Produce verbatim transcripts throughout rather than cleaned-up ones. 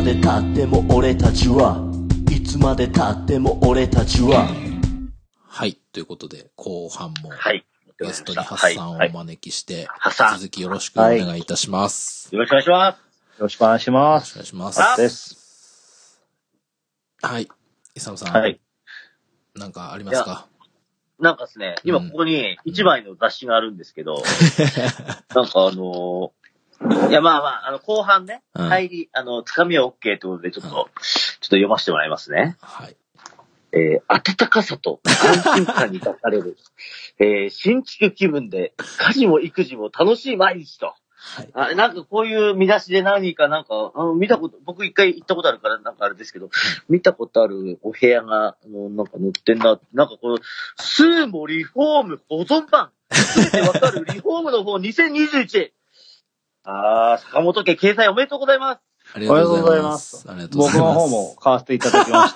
まで経っても俺たちはいつまで経っても俺たちははい。ということで、後半もはいゲストにハッサンをお招きして、 ハッサン引き続きよろしくお願いいたします。 よろしくお願いします。 よろしくお願いします。 よろしくお願いします。 です。 はい。イサムさん。 はい。 なんかありますか？ なんかですね、今ここに一枚の雑誌があるんですけど、うん、なんかあのー、いやまあまあ、あの後半ね、うん、入り、あの、つかみは OK ということでちょっと、うん、ちょっと読ませてもらいますね。 はい。 えー、温かさと安心感に出される、えー、新築気分で家事も育児も楽しい毎日と。はい、あなんかこういう見出しで何かなんか、あの見たこと、僕一回行ったことあるからなんかあれですけど、見たことあるお部屋が、あのなんか載ってんな、なんかこの、スーモリフォーム保存版すべてわかるリフォームの方にせんにじゅういち。あー、坂本家掲載おめでとうございます。 ありがとうございます。ありがとうございます。 僕の方も買わせていただきました。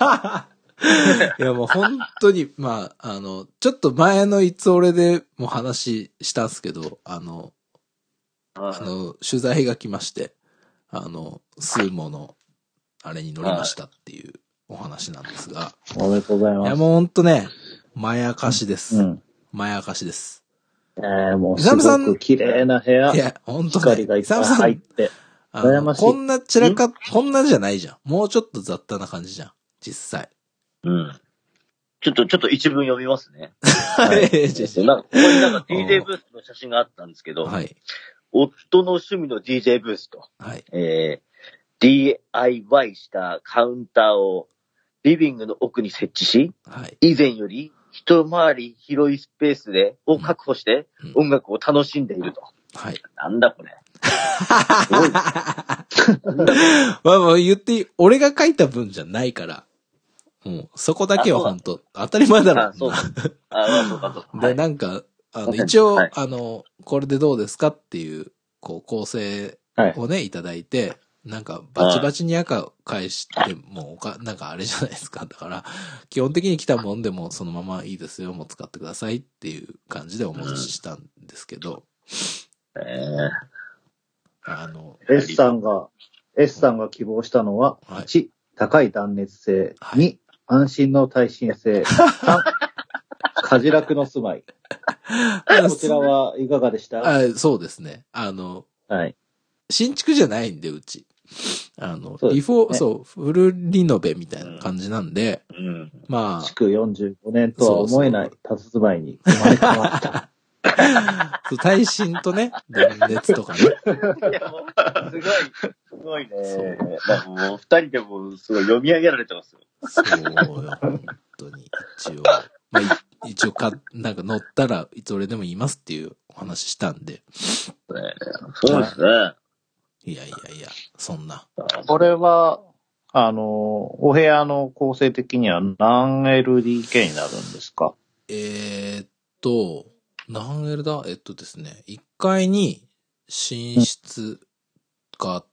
いやもう本当に、まあ、あの、ちょっと前のいつ俺でも話したんすけど、あの、あの、取材が来まして、あの、スーモの、あれに乗りましたっていうお話なんですが。 おめでとうございます。 いやもうほんとね、まやかしです。うん。まやかしです。 えー、もうすごく綺麗な部屋。 いや、ほんとね。 光がいっぱい入って。 羨ましい。こんな散らか、こんなじゃないじゃん。もうちょっと雑多な感じじゃん。実際。 うん。ちょっと、ちょっと一文読みますね。はい。なんか、ここになんか ディージェー ブースの写真があったんですけど、はい。夫の趣味の ディージェー ブースと、はい。えー、ディーアイワイ したカウンターをリビングの奥に設置し、はい。以前より一回り広いスペースで、を確保して音楽を楽しんでいると。うん、はい。なんだこれ。すごい。 まあまあ言っていい。俺が書いた文じゃないから。うん。そこだけは本当当たり前だろ。 あ、そうだ。あ、そうか、そうか。で、なんか、あの、一応、はい、あの、これでどうですかっていう、こう、構成をね、はい、いただいて、なんか、バチバチに赤返しても、おか、なんかあれじゃないですか。だから、基本的に来たもんでもそのままいいですよ、もう使ってくださいっていう感じでお戻ししたんですけど。 うん、えー、あの、 S さんが、S さんが希望したのは、はい、いち、高い断熱性、はい、に、安心の耐震性、さん、家事楽の住まい。こちらはいかがでした？ あ、そうですね。あの、はい。新築じゃないんで、うち。あの、リフォー、そう、フルリノベみたいな感じなんで、うん、まあ。 築よんじゅうごねんとは思えない佇まいに生まれ変わった。 そう耐震とね、断熱とかね。いや、もう、すごい、すごいね。なんかもう、二人でもすごい読み上げられてますよ。 そうよ、本当に。一応。まあ、一応か、なんか乗ったらいつ俺でも言いますっていうお話したんで。ね、 そうですね。 いやいやいや、そんな。 これは、あの、お部屋の構成的には何 エルディーケー になるんですか？ えー、っと、何 L だえっとですね、いっかいに寝室があって、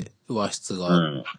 うん、和室があって、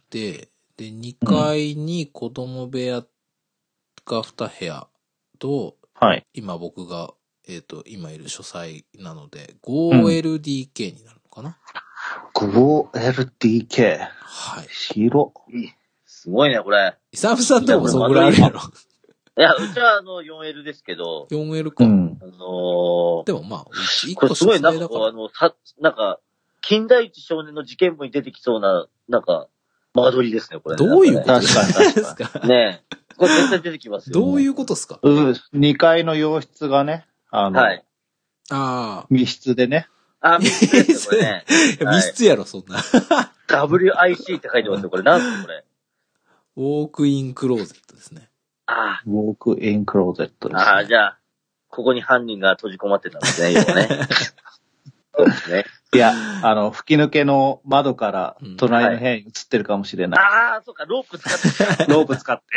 で、にかいに子供部屋がに部屋と、はい、今僕が、えっと、今いる書斎なので、ごエルディーケー になるのかな、 うん、ごエルディーケー。 はい。 広。 すごいね、これ。 イサムさんともそこぐらいあるやろ。 いや、うちはあの よんエル ですけど。 よんエル か。うん、 あのー、 でもまあ、うちいっこれすごいなんかこう、 あの、さ、なんか、金田一少年の事件簿に出てきそうな、なんか、間取りですね、これ、ね。 どういうことですかねえ。これ絶対出てきますよ。 どういうことですか？ うん。にかいの洋室がね、あの、はい。 ああ。 密室でね。 あ、密室ですよ、これね。 密室やろ、そんな。 ダブリューアイシー って書いてますよ、これ。なんすか、これ。 ウォークインクローゼットですね。 ああ。 ウォークインクローゼットですね。 ああ、じゃあ、ここに犯人が閉じ込まってたんですね、今ね。そうですね。 いや、あの、吹き抜けの窓から隣の部屋に移ってるかもしれない。 うんはい、ああ、そうか、ロープ使って。 ロープ使って。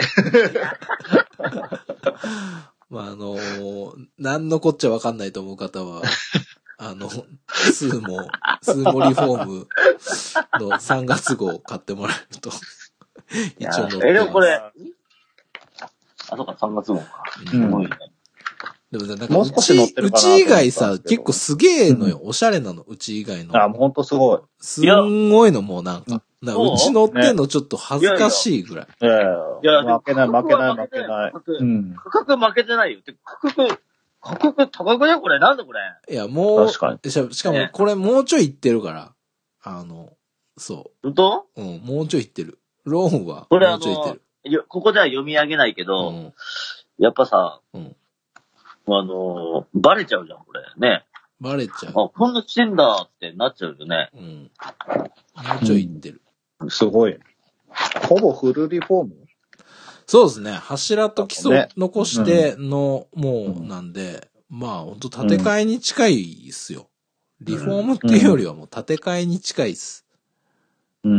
まあ、あのー、何のこっちゃわかんないと思う方は、あの、スーモ、スーモリフォームのさんがつ号を買ってもらえると、一応載ってます。 え、でもこれ、あ、そうか、さんがつ号か。すごいね。 でもなんかうち、うち以外さ、結構すげえのよ、うん。おしゃれなの、うち以外の。 あ、ほんとすごい。 すんごいのもうなんか。なんかうち乗ってんのちょっと恥ずかしいぐらい。 いやいや、いや負けない負けない負けない。 うん。価格負けてないよ。価格、価格高くねこれなんだこれ。 いや、もう、 確かに。 しかもこれもうちょいいってるから。あの、そう。 本当？ うん、もうちょいいってる。ローンはもうちょいいってる。 いや、ここでは読み上げないけど、うん、やっぱさ、うん、あのー、バレちゃうじゃん、これ。ね。 バレちゃう。 あ、こんなしてんだってなっちゃうよね。うん。 もうちょいいってる。 うん、すごい。ほぼフルリフォーム？ そうですね。柱と基礎残しての、ね、もうなんで、うん、まあほんと建て替えに近いっすよ。うん、リフォームっていうよりはもう建て替えに近いっす。うん。うん。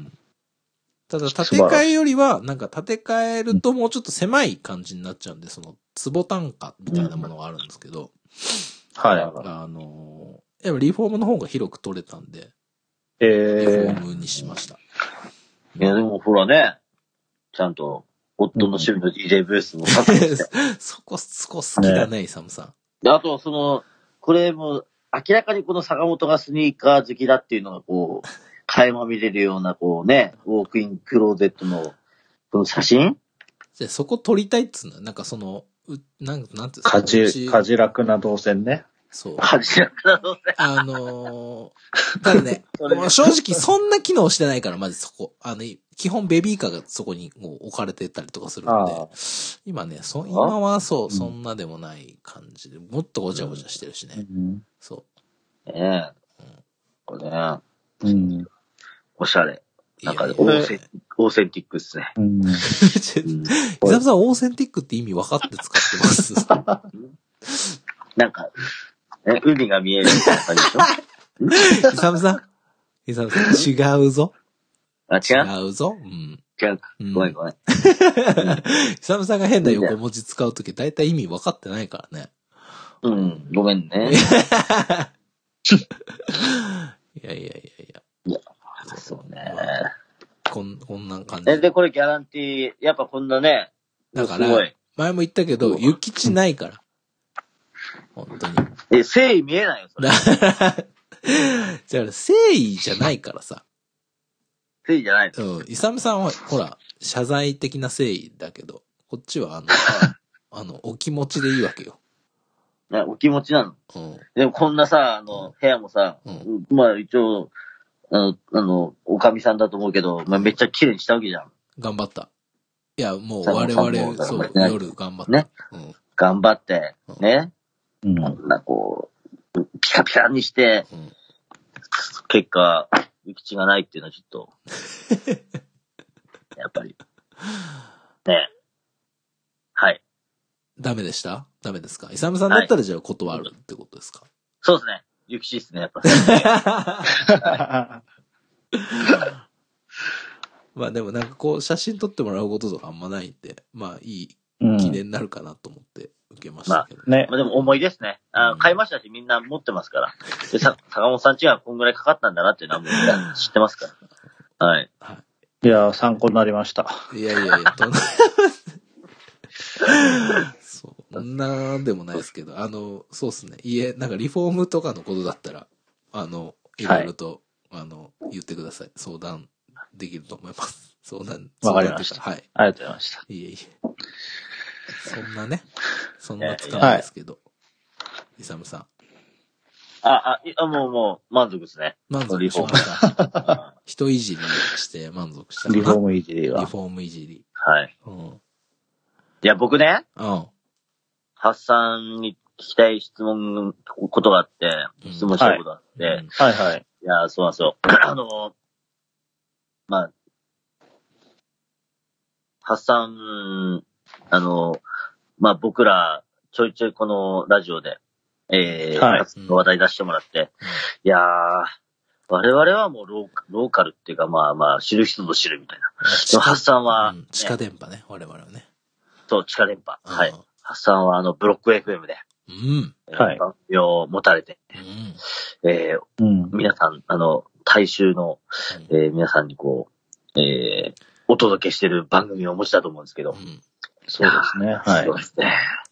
ただ建て替えよりは、なんか建て替えるともうちょっと狭い感じになっちゃうんで、その坪単価みたいなものがあるんですけど。うん、 はい。 あのー、やっぱリフォームの方が広く取れたんで、 えー、 リフォームにしました。 いやでもほらね、ちゃんと、夫の趣味の ディージェー ブースも確保して。 そこ、そこ好きだね、イサムさん。 で、あと、その、これも、明らかにこの坂本がスニーカー好きだっていうのが、こう、垣間見れるような、こうね、ウォークインクローゼットの、この写真？ じゃそこ撮りたいっつうのなんかその、う、なん、なんていうんですか。かじ、かじらくな動線ね。 そう。 かじらくな動線。 あのー、ただね、正直そんな機能してないから、まずそこ。あの、基本ベビーカーがそこにもう置かれてたりとかするんで、今ね、そ、今はそう、そんなでもない感じで、もっとごちゃごちゃしてるしね。うん、そう。 ねえ。うん、これね。 うん。 おしゃれ。なんか、オーセン、オーセンティックですね。 うん。イサムさん、オーセンティックって意味分かって使ってますなんか、え、海が見えるみたいな感じでしょイサムさんイサムさん、違うぞ。 あ、違う違うぞ。うん。 違う。ごめんごめん。イサムさんが変な横文字使うとき、だいたい意味分かってないからね。 うん、ごめんね。 いやいやいやいや。 いや、そうね。 こん、こんな感じ。 え、で、これギャランティー、やっぱこんなね。 だから、前も言ったけど、諭吉ないから。本当に。 え、誠意見えないよ、それ。 だから、誠意じゃないからさ。 誠意じゃないの。うん。イサムさんは、ほら、謝罪的な誠意だけど、こっちはあの、あの、お気持ちでいいわけよ。 ね、お気持ちなの。うん。でもこんなさ、あの、部屋もさ、うん、まあ一応、あの、あの、おかみさんだと思うけど、まあめっちゃ綺麗にしたわけじゃん。 頑張った。いや、もう我々、そう、夜頑張った。 ね。うん。頑張って、ね。うん。こんなこう、ピカピカにして、うん、結果、諭吉がないっていうのはちょっと、やっぱり。ね。はい。 ダメでしたダメですかイサムさんだったらじゃあ断るってことですか、はい、 そうですね。諭吉ですね、やっぱ。 まあでもなんかこう写真撮ってもらうこととかあんまないんで、まあいい記念になるかなと思って受けましたけど、 ね。まあ、ね。まあでも思い出ですね。あ、うん、買いましたしみんな持ってますから。で、さ、坂本さんちがこんぐらいかかったんだなっていうのはもう知ってますから。はい。はい。 いや、参考になりました。 いやいやいや、とんなそう、そんなでもないですけど、あの、そうですね。家、なんかリフォームとかのことだったら、あの、いろいろと、はい、あの、言ってください。相談できると思います。相談、 わかりました。 はい。 ありがとうございました。 いえいえ。そんなね、そんなつかないですけど、はい、イサムさん。 あ、あ、もう、もう、満足ですね。 満足しました。人いじりして満足した。 リフォームいじりは。 リフォームいじり。 はい。うん。いや、僕ね。 うん。 ハッサンに聞きたい質問、ことがあって、質問したいことがあって。うん、 はい、はいはい。 いや、そうなんですよ。あの、まあ、ハッサン、あの、まあ僕ら、ちょいちょいこのラジオで、えー、はい、話題出してもらって、うん、いやー、我々はもうローカル、ローカルっていうかまあまあ、知る人ぞ知るみたいな。でも、ハッサンは、 ねうん、地下電波ね、我々はね。 そう、地下電波。うん、はい。ハッサンはあの、ブロック エフエム で、 うん。 はい。番組を持たれて、うん、えー、うん、皆さん、あの、大衆の、うん、えー、皆さんにこう、えー、お届けしてる番組をお持ちだと思うんですけど。うん、 そうですね。はい。 そうですね。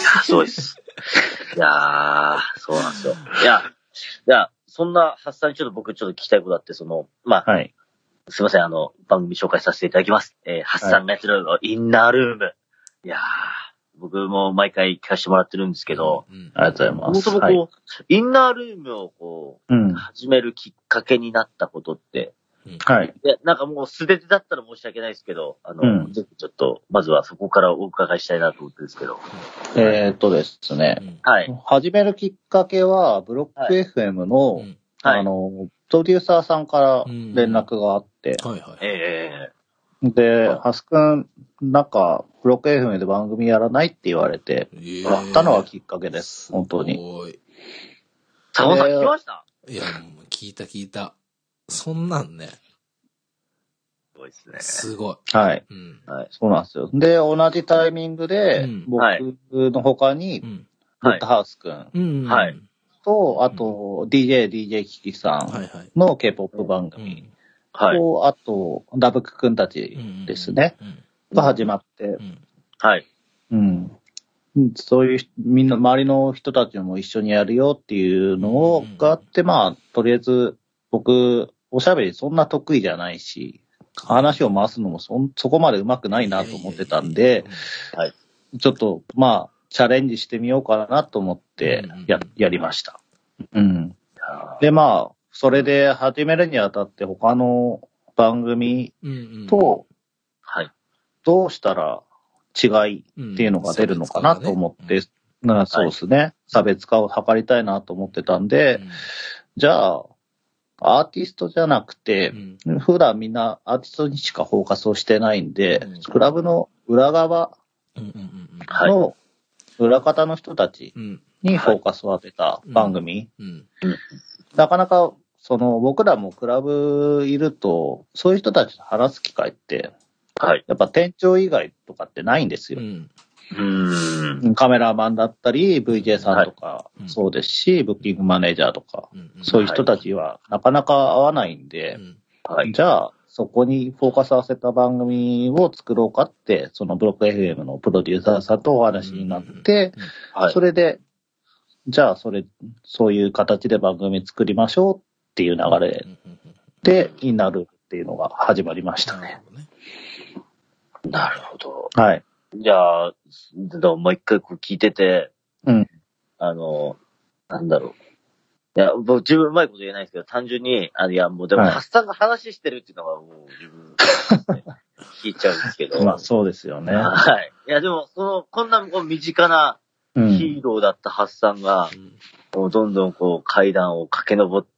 や、そうです。いやー、そうなんですよ。いや、いや、そんな発散にちょっと僕ちょっと聞きたいことあって、その、まあ、はい、すいません、あの、番組紹介させていただきます。えー、発散がやってるインナールーム。いやー、僕も毎回聞かせてもらってるんですけど、 うんうん、ありがとうございます。 そもそもこう、はい、インナールームをこう、うん、始めるきっかけになったことって、はい。いや、なんかもう素手だったら申し訳ないですけど、あの、うん、ぜひちょっと、まずはそこからお伺いしたいなと思ってるんですけど。 えーっとですね。はい。始めるきっかけは、ブロック エフエム の、はい、あの、プロデューサーさんから連絡があって、うん、はいはい。えー、で、ハスくん、なんか、ブロック エフエム で番組やらないって言われて、やったのがきっかけです、本当に。すごい。 坂本さん聞きました？ いや、もう聞いた聞いた。そんなんね。 すごいですね。 すごい。 はい。うん。はい。そうなんですよ。で、同じタイミングで、うん、僕の他に、うん、ブッドハウスくん。はい。と、あと、ディージェー、ディージェー キキさんの K-ポップ 番組。はい。と、あと、ダブクくんたちですね。が始まって。はい。うん。そういう、みんな、周りの人たちも一緒にやるよっていうのがあって、まあ、とりあえず、僕、おしゃべりそんな得意じゃないし、話を回すのもそ、そこまで上手くないなと思ってたんで、はい。ちょっと、まあ、チャレンジしてみようかなと思って、や、やりました。うん。で、まあ、それで始めるにあたって他の番組と、はい。どうしたら違いっていうのが出るのかなと思って、なそうですね。差別化を図りたいなと思ってたんで、じゃあ、アーティストじゃなくて、うん、普段みんなアーティストにしかフォーカスをしてないんで、うん、クラブの裏側の裏方の人たちにフォーカスを当てた番組。なかなか、その僕らもクラブいると、そういう人たちと話す機会って、はい、やっぱ店長以外とかってないんですよ。うんうんカメラマンだったり、ブイジェー さんとかそうですし、はい、ブッキングマネージャーとか、うんうん、そういう人たちはなかなか合わないんで、はい、じゃあそこにフォーカスさせた番組を作ろうかって、そのブロック エフエム のプロデューサーさんとお話になって、うんうんはい、それで、じゃあそれ、そういう形で番組作りましょうっていう流れで、になるっていうのが始まりましたね。 なるほど。 はい。 じゃあ、もう一回こう聞いてて、 うん。 あの、なんだろう。いや、僕自分うまいこと言えないですけど、単純に、あの、いや、もうでも、ハッサンが話してるっていうのがもう自分、ね、聞いちゃうんですけど。 まあそうですよね。 はい。いや、でも、その、こんなこう身近なヒーローだったハッサンが、うん、もうどんどんこう階段を駆け上って、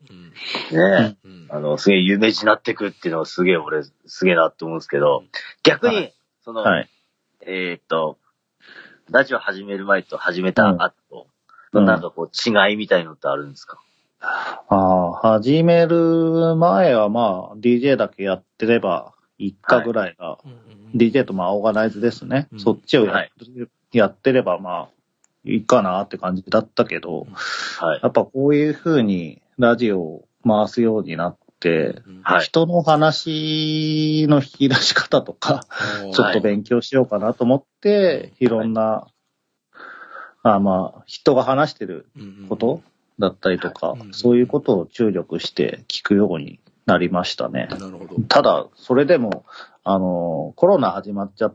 うん、ね、うん、あの、すげえ有名人になってくっていうのがすげえ俺、すげえなって思うんですけど、逆に、はい、その、はいえー、っと、ラジオ始める前と始めた後のなんかこう違いみたいのってあるんですか？ うん、ああ、始める前はまあ ディージェー だけやってればいっかぐらいが、はい、ディージェー とまあオーガナイズですね。うん、そっちをや,、はい、やってればまあいいかなって感じだったけど、はい、やっぱこういう風にラジオを回すようになって、はい、人の話の引き出し方とか、ちょっと勉強しようかなと思って、いろんな、はい、あまあ、人が話してることだったりとか、はい、そういうことを注力して聞くようになりましたね。 なるほど。 ただ、それでも、あの、コロナ始まっちゃって、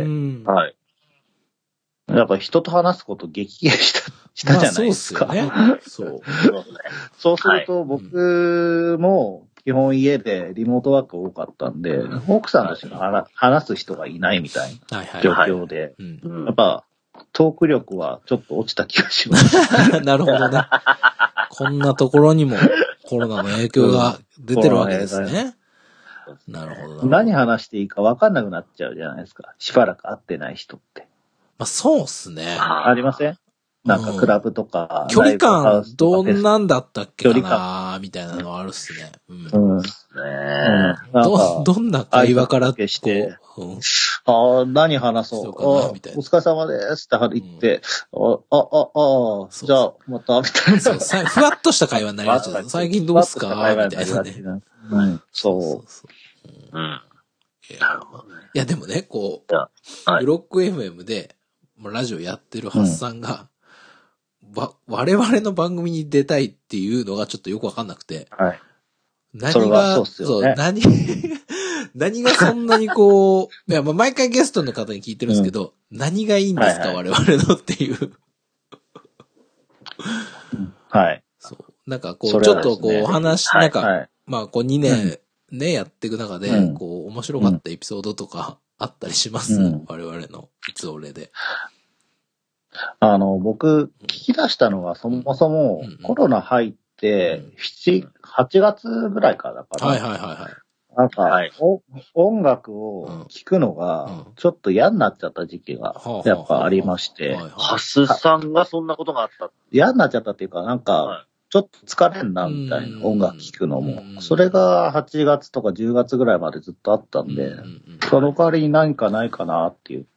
はい。やっぱ人と話すこと激減した、したじゃないですか。 まあ、そうっすよね。そう。 そうすると僕も基本家でリモートワーク多かったんで、奥さんとしか話す人がいないみたいな状況で、やっぱトーク力はちょっと落ちた気がします。 なるほどね。こんなところにもコロナの影響が出てるわけですね。なるほど。 何話していいか分かんなくなっちゃうじゃないですか。しばらく会ってない人って。 まあ、そうっすね。 ありません？なんかクラブとか、 うん、距離感どんなんだったっけかなみたいなのあるっすね。うん。うん、ねうん、 ど、どんな会話からってして、うん、ああ、何話そう。そうかなみたいな。お疲れ様ですって言って、うん、あ、あ、あ、あ、じゃあ、また、みたいな。 そう、ふわっとした会話になりますよ。最近どうすかみたいなね。 うん、そう。 そうそううん。いや、いやでもね、こう、ブロック エフエム で、 ラジオやってるハッサンが、うん、わ、我々の番組に出たいっていうのがちょっとよくわかんなくて。 はい。 何が、 そうっすよね、 そう、何、何がそんなにこう、いや、まあ、毎回ゲストの方に聞いてるんですけど、うん、何がいいんですか、はいはい、我々のっていう。 はい。 そう。なんかこう、ね、ちょっとこう、話、なんか、はいはい、まあ、こうにねんね、うん、やっていく中で、うん、こう、面白かったエピソードとかあったりします、うん、我々のいつ俺で。 あの、僕、聞き出したのはそもそも、コロナ入って、しち、はちがつぐらいからだから。 はいはいはいはい。 なんか、はい、音楽を聴くのが、ちょっと嫌になっちゃった時期が、やっぱありまして。 ハスさんがそんなことがあった。 嫌になっちゃったっていうか、なんか、ちょっと疲れんな、みたいな音楽聴くのも。それがはちがつとかじゅうがつぐらいまでずっとあったんで、その代わりに何かないかなって言って、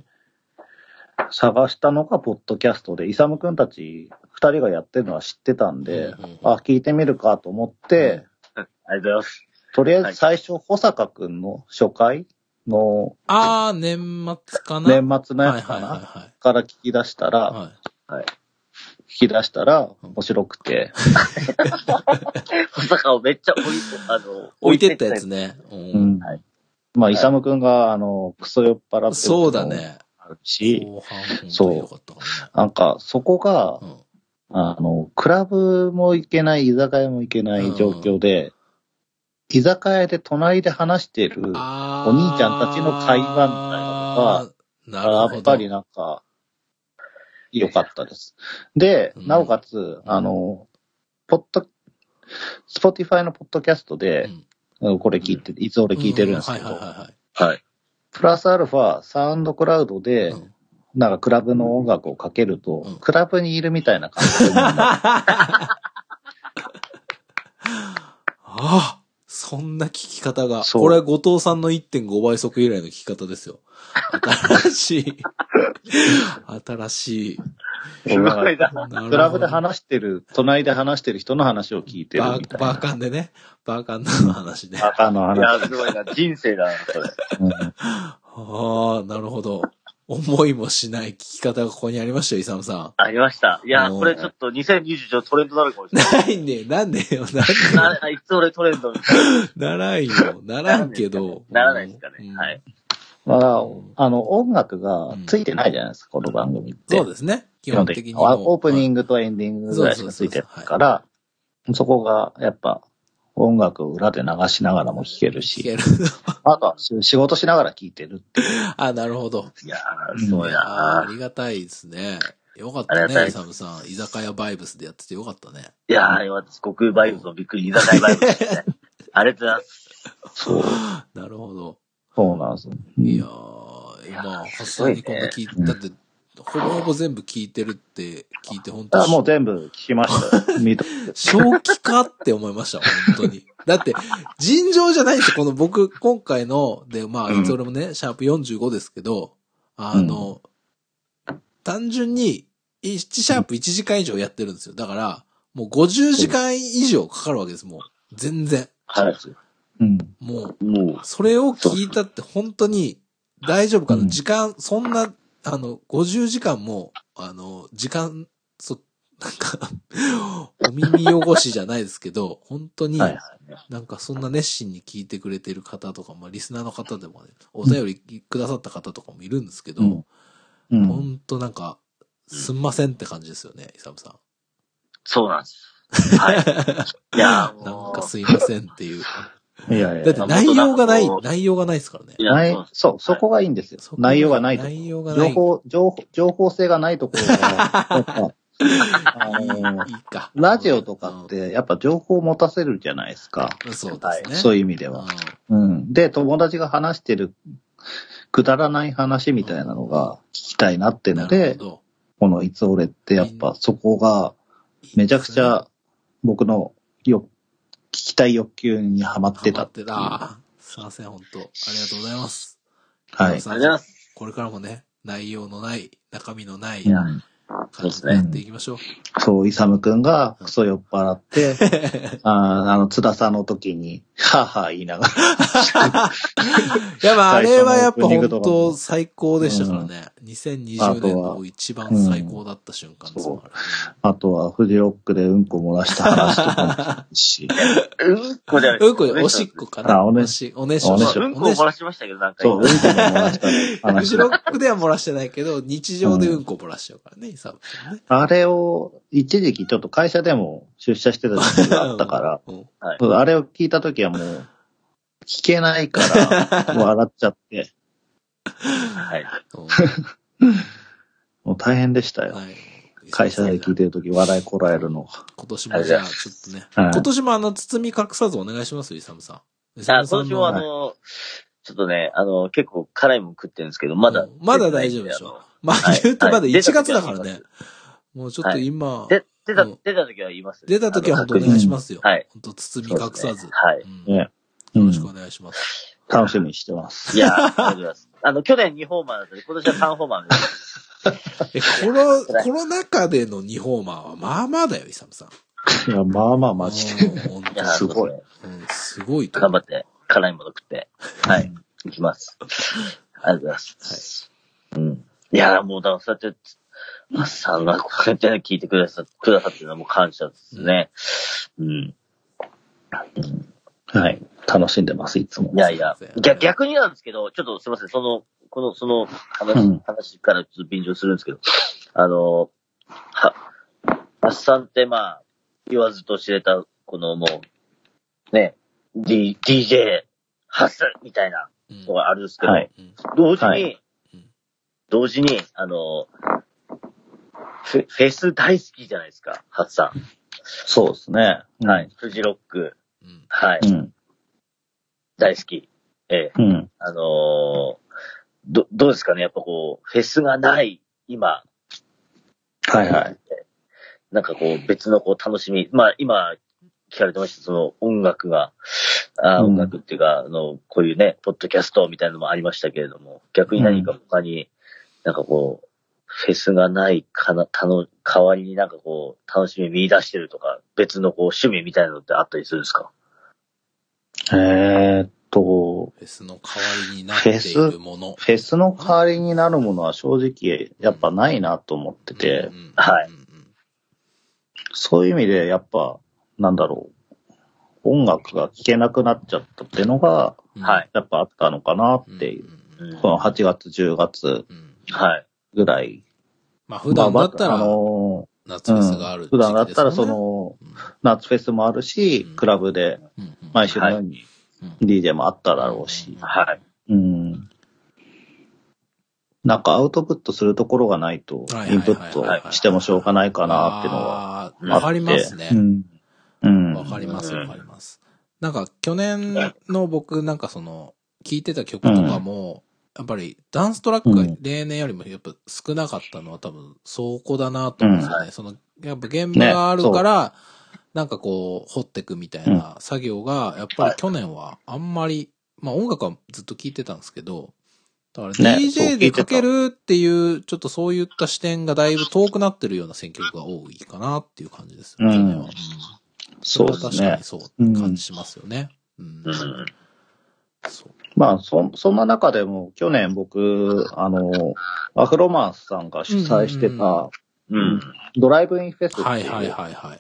探したのがポッドキャストで、イサムくんたち二人がやってるのは知ってたんで、あ、聞いてみるかと思って、 ありがとうございます。 とりあえず最初、保坂くんの初回の、 ああ、年末かな年末のやつかな、はいはいはいはい、から聞き出したら、はいはい、聞き出したら面白くて。 保坂をめっちゃ置いて、あの、 置いてったやつね。うん。 はい、まあ、イサムくんが、あの、クソ酔っ払ってる。 そうだね。 あるし、そう。なんか、そこが、うん、あの、クラブも行けない、居酒屋も行けない状況で、うん居酒屋で隣で話してるお兄ちゃんたちの会話みたいなのが、やっぱりなんか、良かったです。で、なおかつ、あの、ポッド、スポティファイのポッドキャストで、うん、これ聞いて、いつ俺聞いてるんですけど、はい。プラスアルファ、サウンドクラウドで、うん、なんかクラブの音楽をかけると、うん、クラブにいるみたいな感じで。ああ。そんな聞き方が。これは後藤さんの いってんご 倍速以来の聞き方ですよ。新しい。新しい。 すごいな。 クラブで話してる、隣で話してる人の話を聞いてるみたいな。 バーカンでね。バーカンの話ね。 バーカンの話。 いや、すごいな。人生だな、それ。うん、 ああ、なるほど。思いもしない聞き方がここにありましたよ、イサムさん。 ありました。いや、これちょっとにせんにじゅういちのトレンドになるかもしれない。 ないね。なんでよ、なんでよ。 な、いつ俺トレンドみたいな。ならんよ。ならんけど。 ならないですかね。うん、はい。 まあ、あの、音楽がついてないじゃないですか、うん、この番組って。 そうですね。基本的に。 オープニングとエンディングぐらいしかついてないから、そこが、やっぱ、音楽を裏で流しながらも聴けるし。 聴ける。 あとは仕事しながら聴いてるっていう。 あ、なるほど。 いやー、そうやな。 ありがたいですね。よかったね、イサムさん。居酒屋バイブスでやっててよかったね。 いやー、私、航空バイブスのびっくり、居酒屋バイブスですね。ありがとうございます。 そう。 なるほど。 そうなんです。 いやー、まあ、発散にこんな聞いて、だって、ほぼほぼ全部聞いてるって聞いて、本当に。 あ、もう全部聞きましたよ。見た。 正気かって思いました、本当に。だって、尋常じゃないんですよ、この僕、今回の、で、まあ、いつ俺もね、うん、シャープよんじゅうごですけど、あの、うん、単純に、いちシャープいちじかん以上やってるんですよ。だから、もうごじゅうじかん以上かかるわけです、もう。全然。 はい。 うん。 もう、もう、それを聞いたって本当に大丈夫かな、うん、時間、そんな、あの、ごじゅうじかんも、あの、時間、そ、なんか、お耳汚しじゃないですけど、本当に、なんかそんな熱心に聞いてくれてる方とか、まあ、リスナーの方でもね、お便りくださった方とかもいるんですけど、うんうん、本当なんか、すんませんって感じですよね、イサムさん。 そうなんです。はい。いや、 なんかすいませんっていう。 いやいや。 だって内容がない、内容がないですからね。 ないそう、そこがいいんですよ。内容がないところ。 内容がない。 情報、情報、情報性がないところが、あのいいか。 ラジオとかって、やっぱ情報を持たせるじゃないですか。 そうですね。 そういう意味では。うん。で、友達が話してる、くだらない話みたいなのが聞きたいなってので、このいつ俺ってやっぱそこが、めちゃくちゃ僕のよ、聞きたい欲求にはまってたっていう。 はまってた。すいません、本当ありがとうございます。 はい。ありがとうございます。 これからもね、内容のない、中身のない、 うん、 そうですね。 やっていきましょう。 そう、イサムくんがクソ酔っ払って、ああの、津田さんの時に、はぁはぁ言いながら。 いや、まあ、あれはやっぱ本当最高でしたからね。うん、にせんにじゅうねんの一番最高だった瞬間ですもん、うん、 あとは、フジロックでうんこ漏らした話とかも聞くし。 うんこじゃないうんこでおしっこかな。 あ、おねし、おねしょ。 うんこを漏らしましたけど、なんか。 そう、うんこ漏らした話。 フジロックでは漏らしてないけど、日常でうんこ漏らしちゃうからね、イサムさんね。 あれを、一時期ちょっと会社でも出社してた時期があったから、うんはい、あれを聞いた時はもう、聞けないから、笑っちゃって。 はい。 もう大変でしたよ。はい、会社で聞いてる時笑いこらえるの。 今年もじゃあ、ちょっとね。はい、今年もあの、包み隠さずお願いしますよ、イサムさん。 イサムさんあ、今年もあの、はい、ちょっとね、あの、結構辛いもん食ってるんですけど、まだ。 まだ大丈夫でしょ。まあ言うてまだいちがつだからね。はい、もうちょっと今。 で、出た、出た時は言います。 出た時は本当お願いしますよ。 はい。 本当包み隠さず。 はい。 よろしくお願いします。 楽しみにしてます。 いや、ありがとうございます。あの、去年にホーマーだったので、今年はさんホーマーです。 え、コロ、コロナ禍でのにホーマーはまあまあだよ、イサムさん。 いや、まあまあマジで。 本当すごい。 うん、すごいと。 頑張って、辛いもの食って。はい。いきます。ありがとうございます。はい。うん。いや、もう、だからそうやって、マスさんがこうやって聞いてくださ、くださってるのはもう感謝ですね。うん。うんはい。楽しんでます、いつも。 いやいや、逆、逆になんですけど、ちょっとすいません、その、この、その話、うん、話からちょっと便乗するんですけど、あの、は、マスさんってまあ、言わずと知れた、このもう、ね、D、ディージェー、ハスみたいなのがあるんですけど、うんはい、同時に、はい、同時に、あの、フ, フェス大好きじゃないですか、ハスさん。 そうですね。 はい。フジロック。うん、はい、うん。大好き。ええ。うん。あのー、ど、どうですかねやっぱこう、フェスがない今。 はいはい。 なんかこう、別のこう、楽しみ。まあ今、聞かれてました、その音楽が、あ、うん、音楽っていうか、あの、こういうね、ポッドキャストみたいなのもありましたけれども、逆に何か他に、なんかこう、フェスがないかな、たの、代わりになんかこう、楽しみ見出してるとか、別のこう、趣味みたいなのってあったりするんですか？ えーっと、 フェスの代わりになっているもの。 フェス、フェスの代わりになるものは正直、やっぱないなと思ってて、うんうん、 はい。 そういう意味で、やっぱ、なんだろう、音楽が聴けなくなっちゃったっていうのが、 はい。 やっぱあったのかなっていう、うん、このはちがつ、じゅうがつ、 はい。 ぐらい。 まあ普段だったら、あのー、夏フェスがある、ねうん、普段だったらその、うん、夏フェスもあるし、うん、クラブで、毎週のように ディージェー もあっただろうし。 はい。 うん。なんかアウトプットするところがないと、インプットしてもしょうがないかなっていうのはあって。 わかりますね。 うん。うん。 わかります、わかります。なんか去年の僕なんかその、聴いてた曲とかも、やっぱりダンストラックが例年よりもやっぱ少なかったのは多分そこだなと思うんですよね。うん、その、やっぱ現場があるから、ね、なんかこう、掘ってくみたいな作業が、やっぱり去年はあんまり、まあ音楽はずっと聴いてたんですけど、だから ディージェー でかけるっていう、ちょっとそういった視点がだいぶ遠くなってるような選曲が多いかなっていう感じですよね。うん、 そうですね。 確かにそうって感じしますよね。うん。うん、 そうまあ、そ、そんな中でも、去年僕、あの、アフロマンスさんが主催してた、うん、ドライブインフェスっていう、 はいはいはいはい。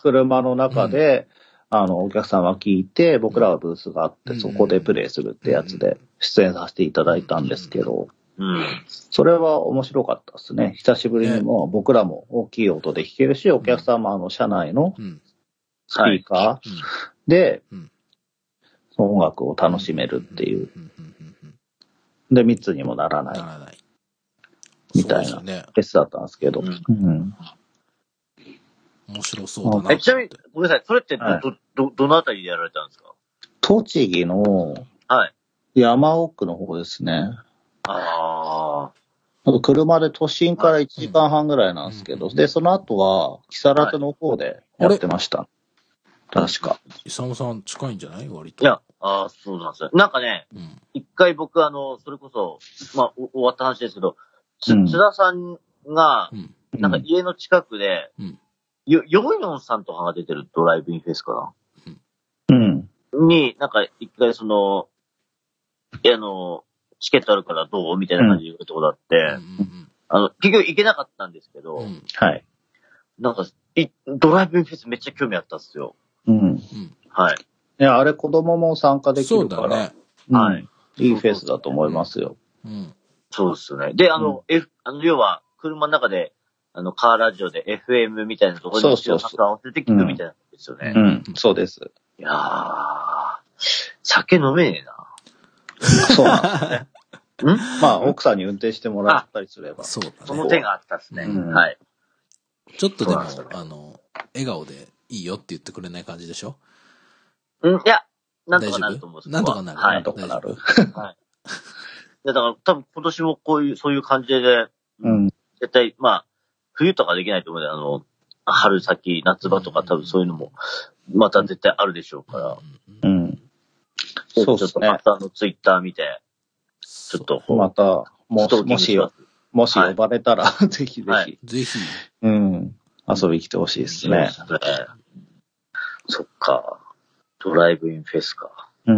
車の中で、うん、あの、お客さんが聞いて、僕らはブースがあって、そこでプレイするってやつで出演させていただいたんですけど、 うん、 それは面白かったですね。久しぶりにも僕らも大きい音で弾けるし、お客さんもあの、車内のスピーカーで、音楽を楽しめるっていう。で、密にもならない。 ならない。 みたいなフェスだったんですけど。うんうん、 面白そうだな。 え、ちなみに、ごめんなさい。それってど、はい、ど、ど、どのあたりでやられたんですか？ 栃木の、 はい。 山奥の方ですね。 ああ。車で都心からいちじかんはんぐらいなんですけど、うん、で、その後は、木更津の方でやってました。はい確か。 イサムさん近いんじゃない割と。 いや、ああ、そうなんですよ。なんかね、一、うん、回僕あの、それこそ、まあ、終わった話ですけど、つ、うん、津田さんが、うん、 なんか家の近くで、うん、よ、ヨンヨンさんとかが出てるドライブインフェスかな。うん。 に、なんか一回その、あの、チケットあるからどうみたいな感じで言うとこだって、うん、あの、結局行けなかったんですけど、うん、 はい。 なんか、い、ドライブインフェスめっちゃ興味あったんですよ。 うん。 はい。 いや、あれ子供も参加できるから、ね、はい。いいフェスだと思いますよ。 うん。そうですよね。で、あの、うん、F、あの、要は、車の中で、あの、カーラジオで エフエム みたいなところに合わせて聞くみたいなんですよね。 うん、うん、そうです。 いやー、酒飲めねえな。 そうなんですね。んまあ、奥さんに運転してもらったりすれば。 そうだね。 その手があったですね。うん、はい。 ちょっとでも、ね、あの、笑顔でいいよって言ってくれない感じでしょ？ うん、いや、なんとかなると思うんですなんとかなる。 はい。 なんとかなる。 はい。だから多分今年もこういう、そういう感じで、 うん。 絶対、まあ、冬とかできないと思うんで、あの、春先、夏場とか多分そういうのも、また絶対あるでしょうから。 うん。 そうですね。ちょっとまたあのツイッター見て、ちょっと。 また、もし、もしよ、もし呼ばれたら、はい、ぜひぜひ、はい。 ぜひ。 うん。遊びに来てほしいですね。 そうですね。そっか。ドライブインフェスか。 うん。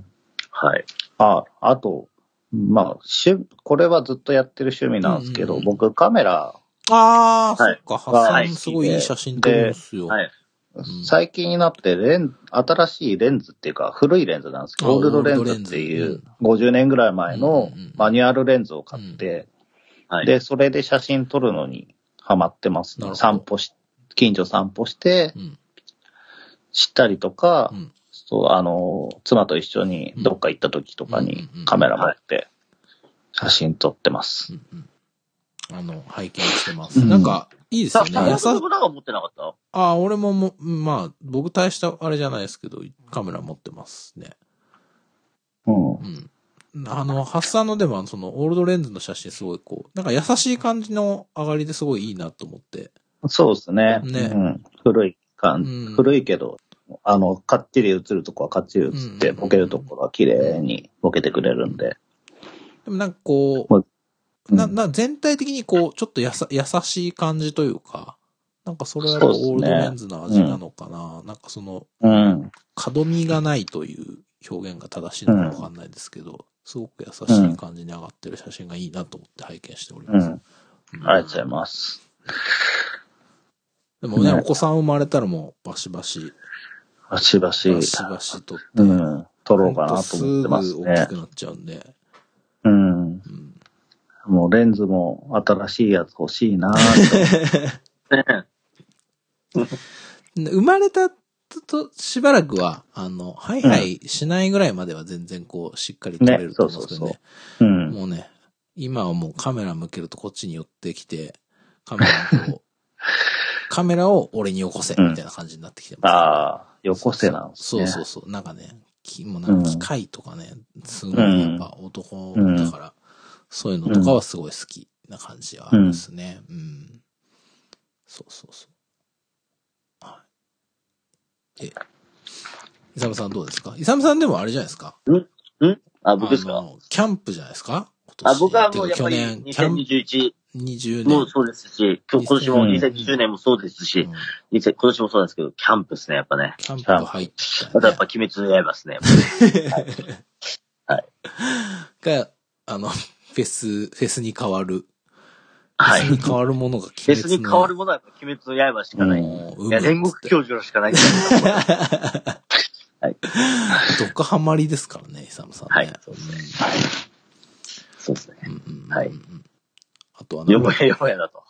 はい。 あ、あと、まあ、趣、これはずっとやってる趣味なんですけど、うんうん、僕カメラ。 ああ、そっか、ハッサンすごいいい写真撮るんですよ。 はい。 最近になってレン、新しいレンズっていうか、古いレンズなんですけど、オールドレンズっていうごじゅうねんぐらい前のマニュアルレンズを買って、で、それで写真撮るのにハマってますね。散歩し、近所散歩して、知ったりとか、うん、そう、あの、妻と一緒にどっか行った時とかにカメラ持って写真撮ってます。うんうんあの、拝見してます。うん、なんか、いいですよね。 やさ、僕なんか持ってなかった？ ああ、俺もも、まあ、僕大したあれじゃないですけど、カメラ持ってますね。 うん。 うん。あの、ハッサンのでも、その、オールドレンズの写真すごいこう、なんか優しい感じの上がりですごいいいなと思って。 そうですね。 ね。 うん。古い感じ、うん、古いけど、あの、かっちり映るとこはかっちり映って、ボケるところは綺麗にボケてくれるんで。 でもなんかこう、な、な、全体的にこう、ちょっとやさ、優しい感じというか、なんかそれはオールドレンズの味なのかな、ねうん、なんかその、 うん、 角みがないという表現が正しいのかわかんないですけど、うん、すごく優しい感じに上がってる写真がいいなと思って拝見しております。うんうん、ありがとうございます。 でもね、ねお子さん生まれたらもうバシバシ。 バシバシ。 バシバシ撮って。 うん。撮ろうかなと思ってますね。 すぐ大きくなっちゃうんで。 うん。うんもうレンズも新しいやつ欲しいなぁと。生まれたとしばらくは、あの、ハイハイしないぐらいまでは全然こう、しっかり撮れると思うんですけどね。ねそうそうそううん、 もうね、今はもうカメラ向けるとこっちに寄ってきて、カメラをこう、カメラを俺によこせ、みたいな感じになってきてます、ねうん。ああ、よこせなんですね。 そうそうそう。なんかね、もうなんか機械とかね、すごいやっぱ男だから、うんそういうのとかはすごい好きな感じはありますね。うん。うん、そうそうそう。はい。え、イサムさんどうですか？イサムさんでもあれじゃないですか？ んんあ、僕ですか？ キャンプじゃないですか？今年。 あ、僕はもうやっぱりにせんにじゅういち。 にじゅうねん。 もうそうですし、今年もにせんにじゅうねんもそうですし、うん、今年もそうなんですけど、キャンプですね、やっぱね。 キャンプ入って、ね。 あとやっぱ鬼滅の刃ですね。はい。はい。 が、あの、フェス、フェスに変わる。 はい。 フェスに変わるものが鬼滅の。フェスに変わるものは鬼滅の刃しかない。いや、煉獄教授しかないんだはい。 毒ハマりですからね、イサムさんね。 はい。そうですね。はい。そうですね。 うんうん、 はい。 あとはよもやよもやだと。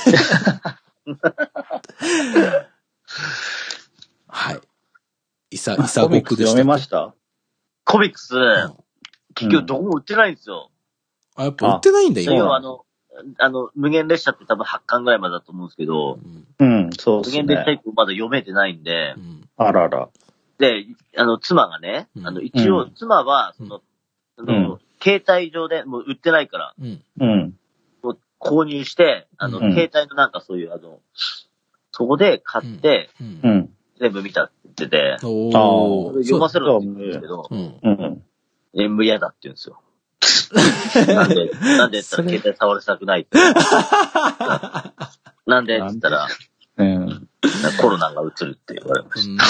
はい。イサ、イサゴクでした。 読めました？ コミックス、うん、結局どこも売ってないんですよ。 あ、やっぱ売ってないんだよ、 今。あの、あの、無限列車って多分はちかんぐらいまでだと思うんですけど、 うん、うん、そうですね。 無限列車以降まだ読めてないんで、 うん、あらら。 で、あの、妻がね、うん、あの、一応、妻は、その、うん、あの、携帯上でもう売ってないから、 うん。うん。 もう購入して、あの、うん、携帯のなんかそういう、あの、そこで買って、 うん。うん、 全部見たって言ってて、 お読ませろって言うんですけど、 うん。うん。 え、無嫌だって言うんですよ。なんで、なんで言ったら携帯触らせたくないって。 なんでって言ったら、 うん。 コロナが移るって言われました。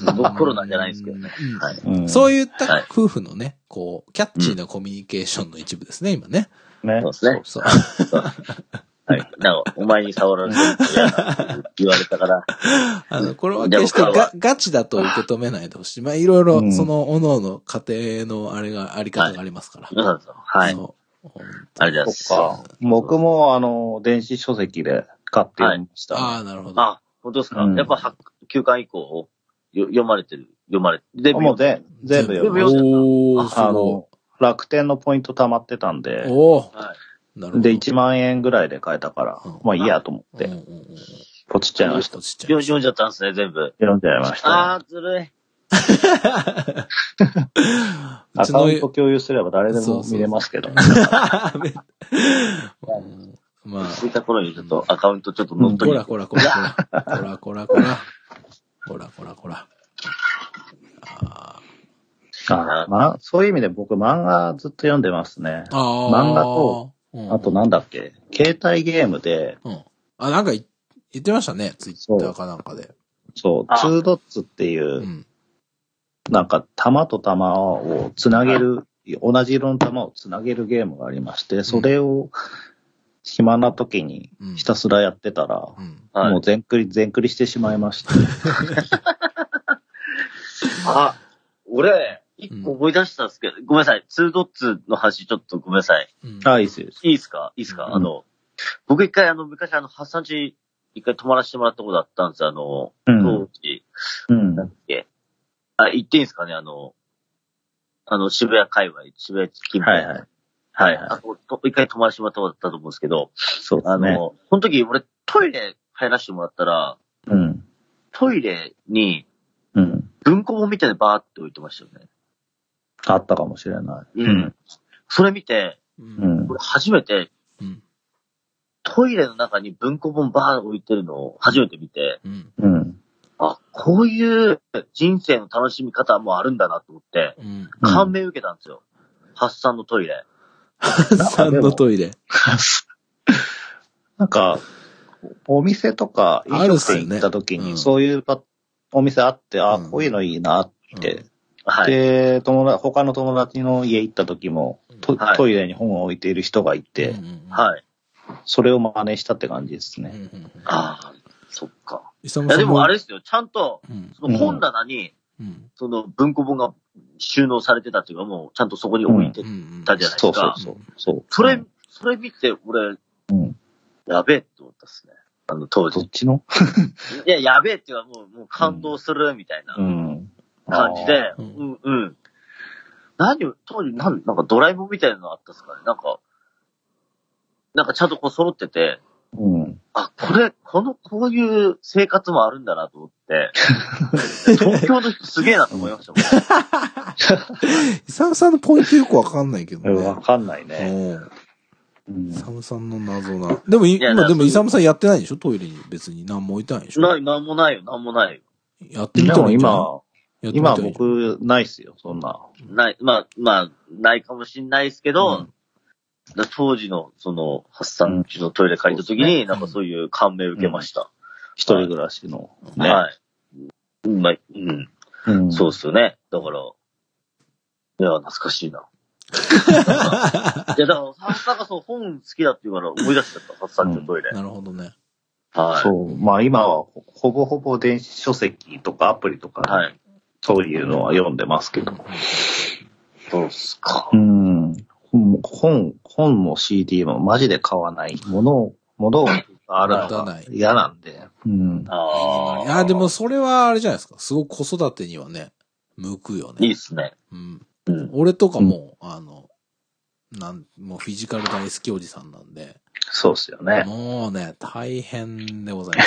僕コロナじゃないですけどね。はい。 うん、そういった夫婦のね、こう、キャッチーなコミュニケーションの一部ですね、今ね。 ね。そうですね。そう。そうはい。なんか、お前に触られてるって言われたから。 あの、これは決してガガチだと受け止めないでほしい。まあ、いろいろ、その、おのおの家庭のあれが、あり方がありますから。 そうそう。はい。そう。ありがとうございます。 僕も、あの、電子書籍で買って読みました、 ね。ああ、なるほど。 あ、本当ですか、うん、やっぱ、きゅうかん以降、読まれてる、読まれてる。全部もうぜ全部読みました。あの、楽天のポイント溜まってたんで。 おー。はい。 なるほど。で、いちまんえんぐらいで買えたから、うん、まあいいやと思って、ポチっちゃいました。 読んじゃったんですね、全部。 読んじゃいました、ね。 あー、ずるい。 アカウント共有すれば誰でも見れますけどね。 まあ。そういった頃にちょっとアカウントちょっと乗っといて。 こらこらこら。こらこらこら。こらこらこら。 ああ、まあ、そういう意味で僕漫画ずっと読んでますね。漫画と、あとなんだっけ、携帯ゲームで。 うん。あ、なんか言ってましたね、ツイッターかなんかで。 そう、ツードッツっていう、うん、なんか弾と弾をつなげる、同じ色の弾をつなげるゲームがありまして、それを暇な時にひたすらやってたら、うんうん、もう全クリ、全クリしてしまいました。 あ、俺、一個思い出したんですけど、うん、ごめんなさい。ツードッツの話ちょっとごめんなさい。 うん、あ、いいっすよ。 いいっすかいいっすか、うん、あの、僕一回あの、昔あの、ハッサンチ一回泊まらせてもらったことあったんですよ。あの、当時。うん。なんだっけ。あ、言っていいんですかねあの、あの、渋谷界隈、渋谷近辺。 はいはい。はいはい。 あと、一回泊まらせてもらったことあったと思うんですけど、 そうですね。 あの、その時俺トイレ入らせてもらったら、 うん。 トイレに、 うん。 文庫本みたいにバーって置いてましたよね。 あったかもしれない。 うん。うん、それ見て、 うん。 俺初めて、うん、トイレの中に文庫本バー置いてるのを初めて見て、 うん。うん、 あ、こういう人生の楽しみ方もあるんだなと思って、うん、感銘受けたんですよ。ハッサンのトイレ。 ハッサンのトイレ。 なんか、お店とか飲食店行った時に、そういうお店あって、あ、こういうのいいなって、うんはい、で、友達、他の友達の家行った時も、ト, はい、トイレに本を置いている人がいて、 うんうん、はい。 それを真似したって感じですね。 うんうんうん、ああ、そっか。いやでもあれですよ、ちゃんと、その本棚に、うん、その文庫本が収納されてたっていうか、もうちゃんとそこに置いてたじゃないですか。 そうそうそうそう。 それ、それ見て、俺、うん、やべえって思ったっすね。あの当時。 どっちのいや、やべえっていうのはもう、もう感動するみたいな。 うん感じで、うん、うん、うん。何を、当時、なん、なんかドラえもんみたいなのあったっすかねなんか、なんかちゃんとこう揃ってて、 うん。 あ、これ、この、こういう生活もあるんだなと思って、東京の人すげえなと思いましたもん。 イサムさんのポイントよくわかんないけどね。 わかんないね。 イサムさんの謎な。でも、今、でもイサムさんやってないでしょトイレに別に何も置いてないでしょない、なんもないよ、なんもないよ。 やってみたらいいんじゃない今、今僕、ないっすよ、そんな。 ない、まあ、まあ、ないかもしんないですけど、うん、当時の、その、ハッサン家のトイレ借りた時に、うん、なんかそういう感銘受けました。うん、 一人暮らしの、 ね。はい。まあ、うん。うん、そうっすよね。だから、いや、懐かしいな。いや、だから、ハッサンがそう、本好きだって言うから思い出しちゃった、ハッサン家のトイレ。 なるほどね。 はい。 そう。まあ今は、ほぼほぼ電子書籍とかアプリとか、 はい。 そういうのは読んでますけど。 そうっすか。 うん。本、本も シーディー もマジで買わないものを、ものがあるのが嫌なんで。うん。 ああ。いや、でもそれはあれじゃないですか。すごく子育てにはね、向くよね。 いいっすね。 うん。うん、俺とかも、うん、あの、なん、もうフィジカル大好きおじさんなんで。 そうっすよね。 もうね、大変でございます。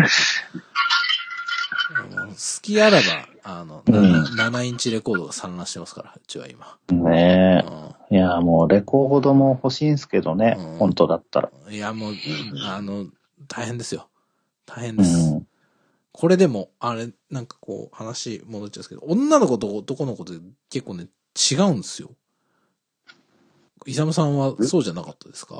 好きあらば、あの、うん、ななインチレコードが散乱してますから、うちは今。 ねえ、うん。いや、もうレコードも欲しいんすけどね、うん、本当だったら。 いや、もう、あの、大変ですよ。大変です。うん、これでも、あれ、なんかこう、話戻っちゃうんですけど、女の子と男の子って結構ね、違うんですよ。イサムさんはそうじゃなかったですか？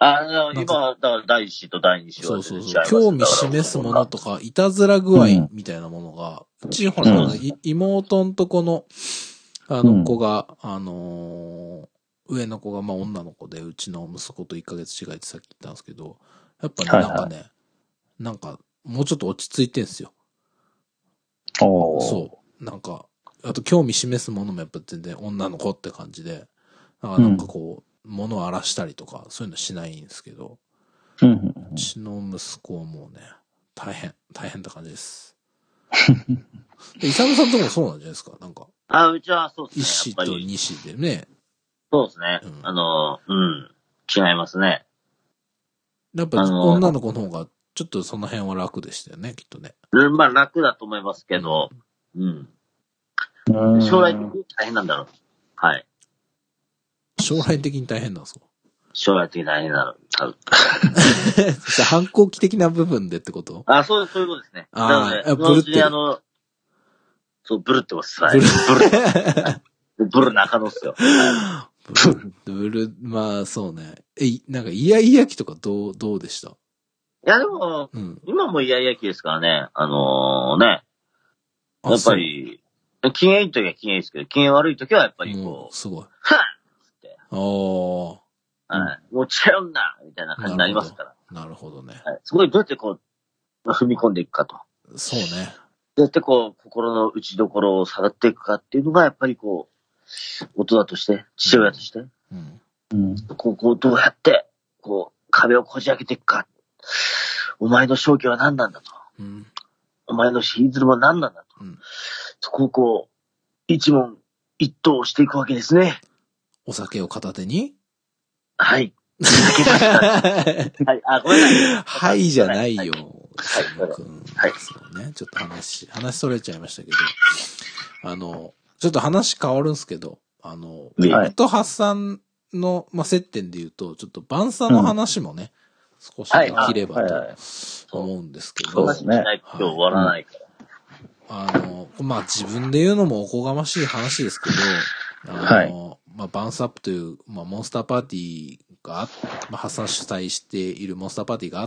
あの、今、だから第一子と第二子は、 そうそうそう。興味示すものとか、いたずら具合みたいなものが、うち、ほら、うん、妹んとこの、あの子が、うん、あのー、上の子が、まあ女の子で、うちの息子といっかげつ違いってさっき言ったんですけど、やっぱね、はいはい、なんかね、なんか、もうちょっと落ち着いてんすよ。 おそう。なんか、あと興味示すものもやっぱ全然女の子って感じで、だからなんかこう、うん、物を荒らしたりとか、そういうのしないんですけど、 うんうんうん、 うちの息子はもうね、大変、大変な感じです。イサムさんとこもそうなんじゃないですか、なんか。 あ、うちはそうですね。 一子と二子でね。 そうですね。うん、あの、うん。違いますね。 やっぱ女の子の方が、ちょっとその辺は楽でしたよね、きっとね。 うん、まあ楽だと思いますけど、うん。うん、将来的に大変なんだろう。はい。 将来的に大変なんですか？ 将来的に大変なの。多分。 反抗期的な部分でってこと？ あ、そう、そういうことですね。 ああ、ね、ブルってあの、そう、ブルってます。はい、ブル。ブル中野っすよ。 ブル、ブル、まあそうね。え、なんかイヤイヤ期とかどう、どうでした？ いやでも、うん、今もイヤイヤ期ですからね。あのー、ね。やっぱり、機嫌いい時は機嫌いいですけど、機嫌悪い時はやっぱりこう、 うん、すごい。 はっつって。 おー。 はい。もう違うんだみたいな感じになりますから。 なるほどね。 はい。そこにどうやってこう、踏み込んでいくかと。 そうね。 どうやってこう、心の打ちどころを探っていくかっていうのが、やっぱりこう、大人として、父親として、うん。うん。こう、こう、どうやって、こう、壁をこじ開けていくか。お前の勝機は何なんだと。うん。お前のシーズルは何なんだと。うん。そこをこう、一問一答していくわけですね。 お酒を片手に？ はい。はい。あ、ごめんなさい。 はいじゃないよ。はい。 はい。 そうね。ちょっと話、話それちゃいましたけど。あの、ちょっと話変わるんですけど、あの、僕とハッサンの、まあ、接点で言うと、ちょっとバンサの話もね、うん、少しできればと思うんですけど。 そうですね。今日終わらないから。 あの、まあ、自分で言うのもおこがましい話ですけど、あの、はい、まあ、バンスアップという、まあ、モンスターパーティーがあっ、まあ、ハッサン主催しているモンスターパーティーがあって、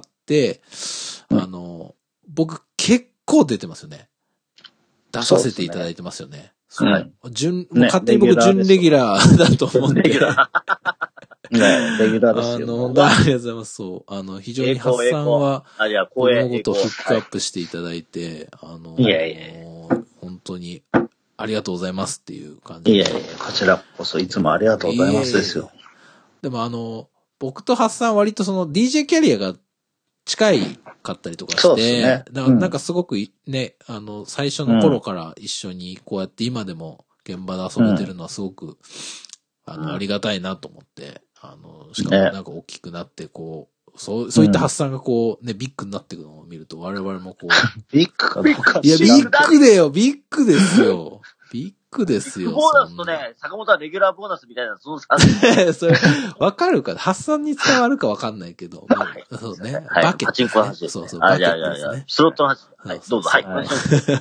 うん、あの、僕結構出てますよね。出させていただいてますよね。そうですね。はい。準、もう勝手に僕準レギュラーだと思って。 レギュラー。ね、レギュラーですよ。 あの、ありがとうございます。そう。あの、非常にハッサンは、僕のことをフックアップしていただいて、あの、 いやいや本当に、ありがとうございますっていう感じで。 いやいや、こちらこそいつもありがとうございますですよ。 でもあの、僕とハッサン割とその ディージェー キャリアが近いかったりとかして、そうですね。だからなんかすごくね、うん、あの、最初の頃から一緒にこうやって今でも現場で遊べてるのはすごく、うん、あの、ありがたいなと思って、あの、しかもなんか大きくなってこう、そう、そういった発散がこう、ね、ビッグになっていくのを見ると我々もこう。 ビッグかビッグかいや、ビッグだよ、ビッグですよ。ビッグですよ。 ボーナスとね、坂本はレギュラーボーナスみたいな、その差それ、わかるか発散に伝わるかわかんないけど、まあ、そうね。 はい、 バケット、ね。 パチンコの話です、ね。 そうそう、バケットですね。 いやいやいや、スロットの話。はい、どうぞ、はい。はい、い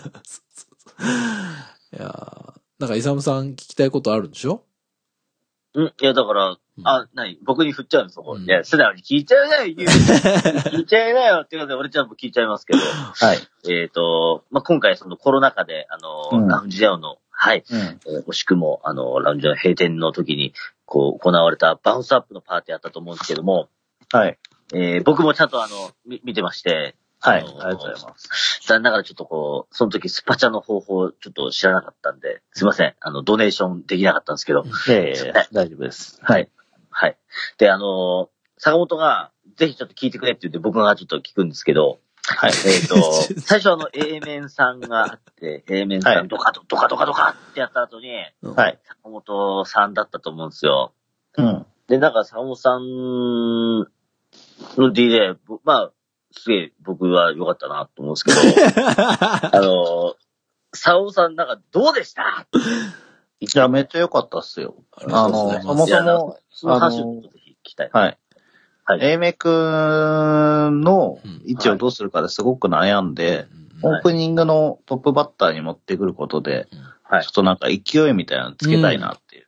やなんか、イサムさん聞きたいことあるんでしょ？ んいや、だから、あ、なに僕に振っちゃうんですよ。うん、いや、素直に聞いちゃいなよ、言う。聞いちゃいなよっていうことで、俺ちゃんと聞いちゃいますけど。はい。えっ、ー、と、まあ、今回そのコロナ禍で、あの、うん、ラウンジデオの、はい。うんえー、惜しくも、あの、ラウンジの閉店の時に、こう、行われたバウンスアップのパーティーあったと思うんですけども。 はい。 えー、僕もちゃんとあの、み見てまして。 はい。ありがとうございます。 残念ながらちょっとこう、その時スパチャの方法ちょっと知らなかったんで、すいません。あの、ドネーションできなかったんですけど。 いやいやいや、大丈夫です。 はい。はい。で、あの、坂本が、ぜひちょっと聞いてくれって言って僕がちょっと聞くんですけど、はい。えっと、最初あの、A 面さんがあって、A 面さんドカドカドカドカってやった後に、はい。坂本さんだったと思うんですよ。うん。で、なんか坂本さんの ディージェー、まあ、すげえ僕は良かったなと思うんですけど、あの、坂本さんなんかどうでした？ いや、めっちゃ良かったっすよ。あの、そもそも、 その話をぜひ聞きたい。 はい。はい。エイメくんの位置をどうするかですごく悩んで、うんはい、オープニングのトップバッターに持ってくることで、はい、ちょっとなんか勢いみたいなのつけたいなっていう。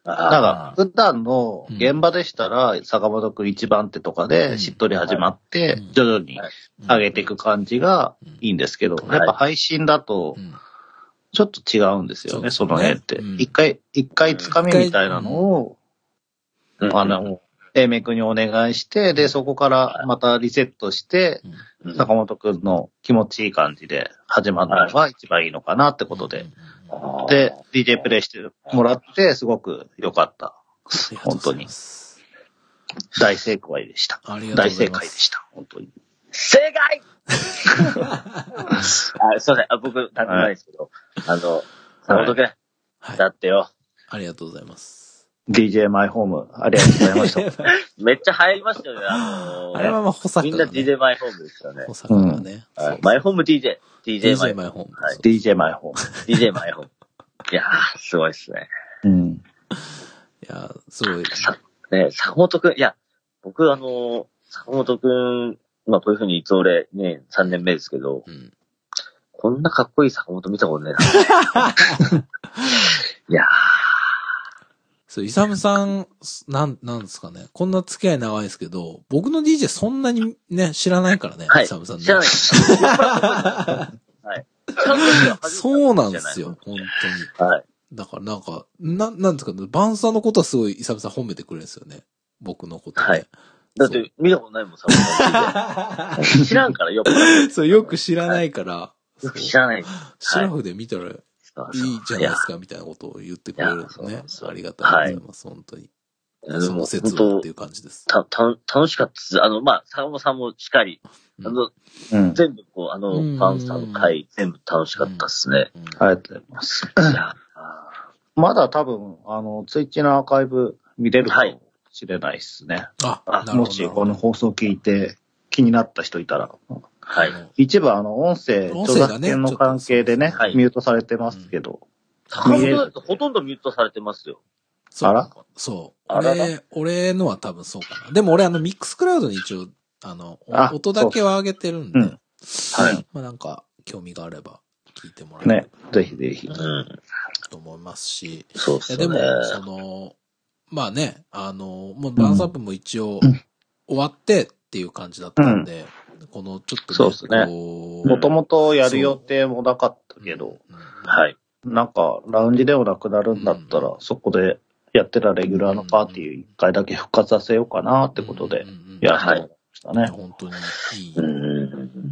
だから普段の現場でしたら、坂本くん一番手とかでしっとり始まって、徐々に上げていく感じがいいんですけど、やっぱ配信だと、ちょっと違うんですよね、その辺って。一回、一回つかみみたいなのを、あの、英明くんにお願いして、で、そこからまたリセットして、坂本くんの気持ちいい感じで始まるのが一番いいのかなってことで。で、ディージェー プレイしてもらって、すごく良かった。本当に。大正解でした。大正解でした。本当に。 正解あ、すいません。あ、僕、なんもないですけど。あの、坂本くん。だってよ。 ありがとうございます。 ディージェー マイホーム、ありがとうございました。 めっちゃ流行りましたよね、あのー。 あれはまあ、保坂が、ね。みんな ディージェー マイホームですよね。 保坂がね。 うん、マイホーム ディージェー。ディージェー マイホーム。 はい、 ディージェー マイホーム。 ディージェー マイホーム。いやー、すごいっすね。 うん。 いやー、すごい。 ね、坂本くん、いや、僕あのー、坂本くん、まあこういう風にいつ俺ね、さんねんめですけど、うん、こんなかっこいい坂本見たことねえな。いやー。 そう、イサムさん、なん、なんですかね。こんな付き合い長いですけど、僕の ディージェー そんなにね、知らないからね、 はい、 イサムさんね。 知らない。はい。 そうなんですよ、本当に。 はい。 だからなんか、な、なんですかね、バンサーのことはすごいイサムさん褒めてくれるんですよね。僕のことね。 はい。だって見たことないもん、坂本さん。知らんからよく。 そう、よく知らないから。 はい、よく知らない。 シラフで見たら、いいじゃないですか、みたいなことを言ってくれるんですね。ありがとうございます、はい、本当に。その説はっていう感じです。 た、た、楽しかったです。あの、まあ、坂本さんもしっかり、あの、うん、全部こう、あの、ファンさんの回、全部楽しかったですね。 ありがとうございます。まだ多分、あの、ツイッチのアーカイブ見れるかもしれないですね。 はい、あ、なるほど。 もしこの放送聞いて気になった人いたら。 はい。 一部あの、音声、著作権の関係でね、ミュートされてますけど。 坂本だとほとんどミュートされてますよ。 あらそう。俺、俺のは多分そうかな。でも俺あのミックスクラウドに一応、あの、音だけは上げてるんで。うん、はい。まあなんか、興味があれば聞いてもらえれば。 ね。ぜひぜひ。 うん。 と思いますし。 そうっすね。 でも、その、まあね、あの、もうバンスアップも一応終わってっていう感じだったんで、うん、このちょっとね、 そうですね。もともとやる予定もなかったけど、 うん、はい。 なんか、ラウンジでもなくなるんだったら、うん、そこでやってたレギュラーのパーティー一回だけ復活させようかなってことで、やってましたね。 本当にいい。 うん。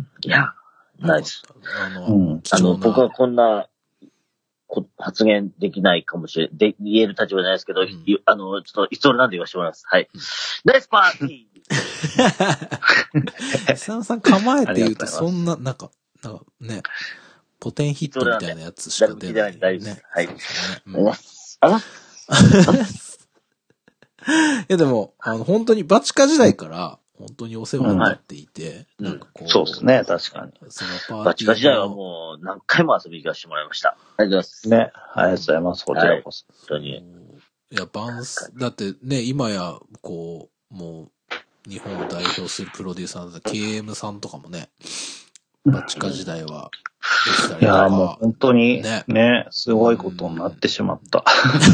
いや、ナイス。 あの、 うん、あの、僕はこんな、発言できないかもしれ、で、言える立場じゃないですけど、うん、あの、ちょっと、いつ俺なんで言わせてもらいます。はい。ナイスパーティーイサムさん構えて言うと、そんな、なんか、なんかね、ポテンヒットみたいなやつしか出ない、ね。 大丈夫です。はい。 うん、あらいやでも、あの、本当にバチカ時代から、本当にお世話になっていて、 うん、 なんかこう。 そうですね、確かに。 そのパーティー。 バチカ時代はもう何回も遊びに行かせてもらいました。ありがとうございます。 ね、ありがとうございます。こちらこそ。 はい、本当に。 いや、バンス、だってね、今や、こう、もう、日本を代表するプロデューサーの ケーエム さんとかもね、バチカ時代は、 いやーもう本当にね、ね、すごいことになってしまった。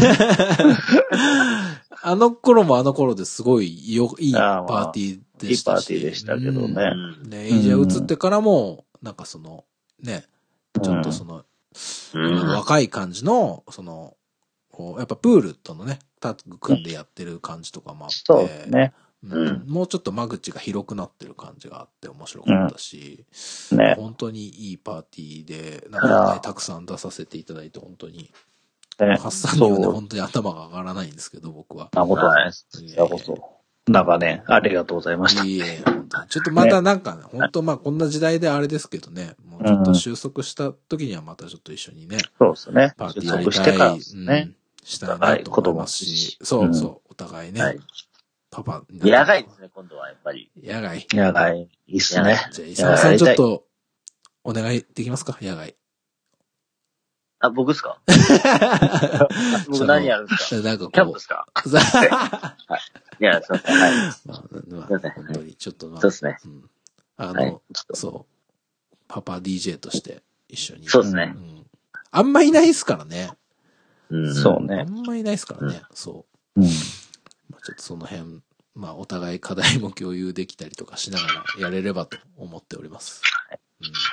あの頃もあの頃ですごいよ、いいパーティーでしたし。 いいパーティーでしたけどね。 うん、ね、エイジャー移ってからも、なんかその、ね、ちょっとその、うん、今の若い感じの、その、こうやっぱプールとのね、タッグ組んでやってる感じとかもあって、 そうですね。 うん、もうちょっと間口が広くなってる感じがあって面白かったし、 うんね、 本当にいいパーティーで、なんかね、たくさん出させていただいて本当に、ね、ハッサンにはね、本当に頭が上がらないんですけど、僕は。 なことないです。いやこそ。なんかね、ありがとうございました。 いいえ、本当に。ちょっとまたなんかね、本当まあこんな時代であれですけどね、もうちょっと収束した時にはまたちょっと一緒にね、 そうですね。 パーティーやりたい。収束してからですね。うん、したいなと思いますし、そうそう、お互いね。はい、パパ。 野外ですね、今度はやっぱり。 野外。 野外。いいっすね。 じゃあ、伊沢さんちょっと、お願いできますか野外。 あ、僕ですか僕何やるんですかなんかこう。キャンプですかはい。いや、そうですね。はい。まあ、 まあ、本当にちょっと、まあ、 そうですね。 うん、あの、はい、そう。パパ ディージェー として一緒に。 そうですね、 うん。あんまいないですからね。 うん、 そうね。 あんまいないですからね、うん、そう。 うん。 まあ、ちょっとその辺、まあお互い課題も共有できたりとかしながらやれればと思っております。うん、い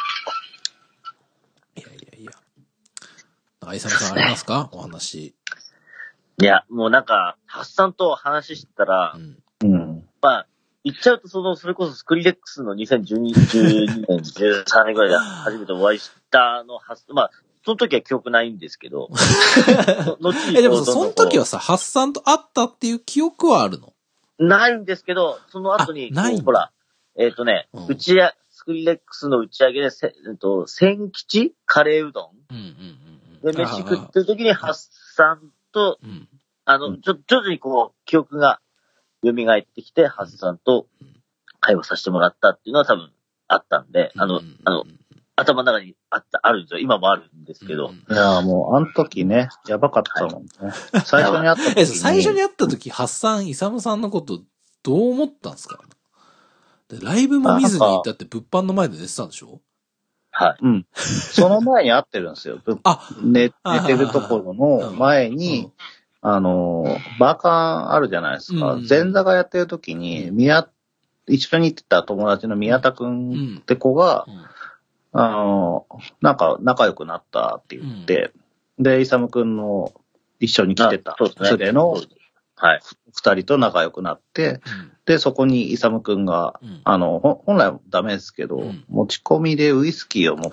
やいやいや。あいさむさんありますかお話。 いや、もうなんか、ハッサンと話してたら、 うん。 まあ、言っちゃうと、その、それこそスクリレックスのにせんじゅうにねん、じゅうさんねんぐらいで初めてお会いしたのは、まあ、その時は記憶ないんですけど。 後にえ、でもさ、その時はさ、ハッサンと会ったっていう記憶はあるの？ ないんですけど、その後に、 ないほら、えっ、ー、とね、うん、打ちや、スクリレックスの打ち上げで、せえっと、千吉カレーうどん。うんうんうん、で、飯食ってる時にハッサンと、うん、あの、ちょ、徐々にこう、記憶が蘇ってきて、ハッサンと会話させてもらったっていうのは多分あったんで、あの、あの、頭の中にあった、あるんですよ。今もあるんですけど。 いやもう、あの時ね、やばかったもんね。はい、最初に会った時に。 最初に会った時、ハッサン、イサムさんのことどう思ったんですか？でライブも見ずに、だって物販の前で寝てたんでしょ？ はい。 うん。その前に会ってるんですよ。あ、寝、寝てるところの前に、あの、バーカンあるじゃないですか。うん、前座がやってる時に、宮、一緒に行ってた友達の宮田くんって子が、うんうん、あの、なんか仲良くなったって言って、うん、で、イサムくんの一緒に来てた連れの二人と仲良くなって、うん、で、そこにイサムくんが、うん、あの、本来はダメですけど、うん、持ち込みでウイスキーを持って、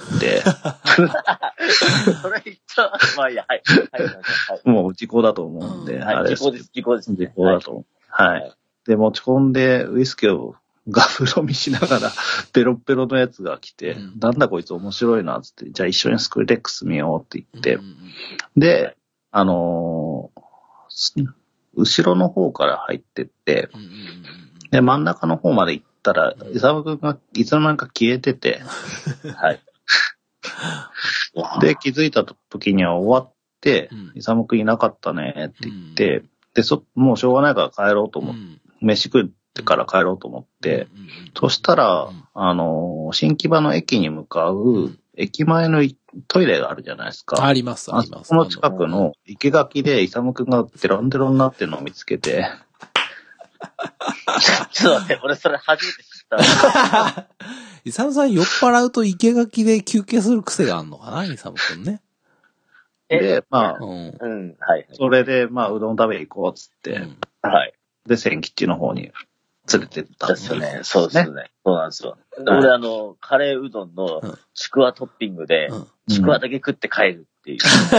それ言っちゃまあいいや、はい。はいはい、 もう時効だと思うんで、 うん、あれです。時効です、時効です、 ね。時効だと思う。はい。はい、で、持ち込んでウイスキーをガブ飲みしながら、ペロッペロのやつが来て、うん、なんだこいつ面白いな、つって、じゃあ一緒にスクリレックス見ようって言って、うん、で、あのー、後ろの方から入ってって、うん、で、真ん中の方まで行ったら、イサムくんがいつの間にか消えてて、はい。で、気づいた時には終わって、イサムくんいなかったねって言って、うん、で、そ、もうしょうがないから帰ろうと思って、うん、飯食ってから帰ろうと思って、うん、そしたら、うん、あの、新木場の駅に向かう、駅前のトイレがあるじゃないですか。 あります、あります。 その近くの生垣でイサムくんがデロンデロンになってるのを見つけて、 ちょっと待って、俺それ初めて知った。 イサムさん酔っ払うと生垣で休憩する癖があるのかな、イサムくんね。 で、まあ、 うん、うん、はい。 それで、まあ、うどん食べ行こうっつって、うん、はい。で、千吉の方に連れてったんですよね。そうですね。そうなんですよ。俺、あの、カレーうどんのちくわトッピングで、ちくわだけ食って帰るっていう。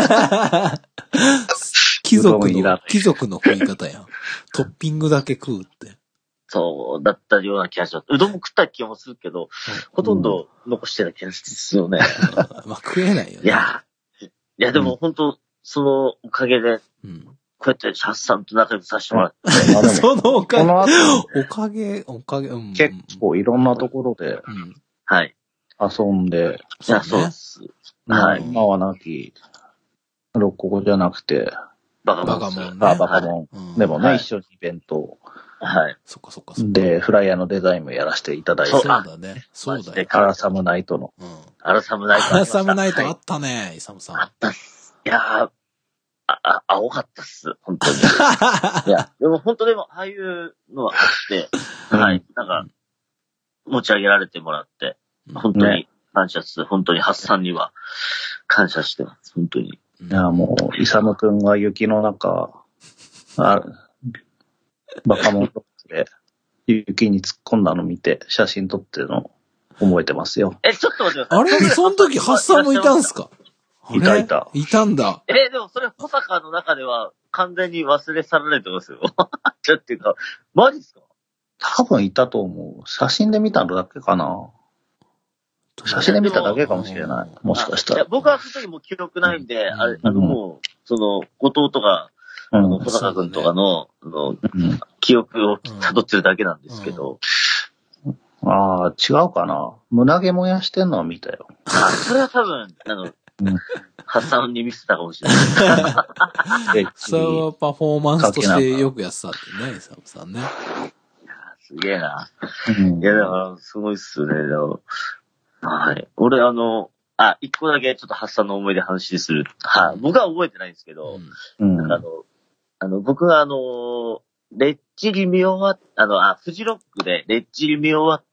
貴族の、貴族の食い方やん。トッピングだけ食うって。 そうだったような気がします。うどんも食った気もするけど、うん、ほとんど残してた気がするよね。 まあ食えないよね。 いや、いやでも本当、そのおかげで、うん、こうやってシャッサンと仲良くさせてもらって。 そのおかげ、おかげ、おかげ、うん、 結構いろんなところで、 うん、はい。 遊んで、 いや、そうです。 はい。今はなき、六個子じゃなくて、 バカモン。 ね、 あ、バカモン。はい、でもね、はい、一緒にイベントを。 はい。 そっかそっかそっか。 で、フライヤーのデザインもやらせていただいて。 そうだね。そうだよ。 アラサムナイトの。 うん。アラサムナイト。 アラサムナイトあったね、イサムさん。 あったっす。いやー、あ、あ、青かったっす。本当に。いや、でも本当でも、ああいうのはあって、はい。なんか、持ち上げられてもらって、本当に感謝する。本当にハッサンには感謝してます。本当に。いや、もう、イサムくんが雪の中、あバカモンロックで雪に突っ込んだの見て写真撮ってるの覚えてますよ。 え、ちょっと待ってください。 あれその時ハッサンもいたんすか？ いたいた。 いたんだ。 え、でもそれ保坂の中では完全に忘れ去られてますよ。ちょっというか、マジっすか？ 多分いたと思う。写真で見たのだけかな。写真で見ただけかもしれない。もしかしたら。いや、 僕はその時も記憶ないんで、うん、あれ、あのもう、その、後藤とか、あの、小坂くんとかの、あの、うん、記憶を辿ってるだけなんですけど。 うんうん、ああ、違うかな。胸毛燃やしてんのは見たよ。 あ、それは多分、あの、うん、ハッサンに見せたかもしれない。 それはパフォーマンスとしてよくやってたってね、イサムさんね。いや、 すげえな。うん、いや、だから、すごいっすね。はい。俺、あの、 あ、一個だけちょっと発散の思い出話する。はい、僕は覚えてないんですけど、 うん、 なんかあの、あの、僕があの、レッチリ見終わっ、あの、あ、フジロックでレッチリ見終わって、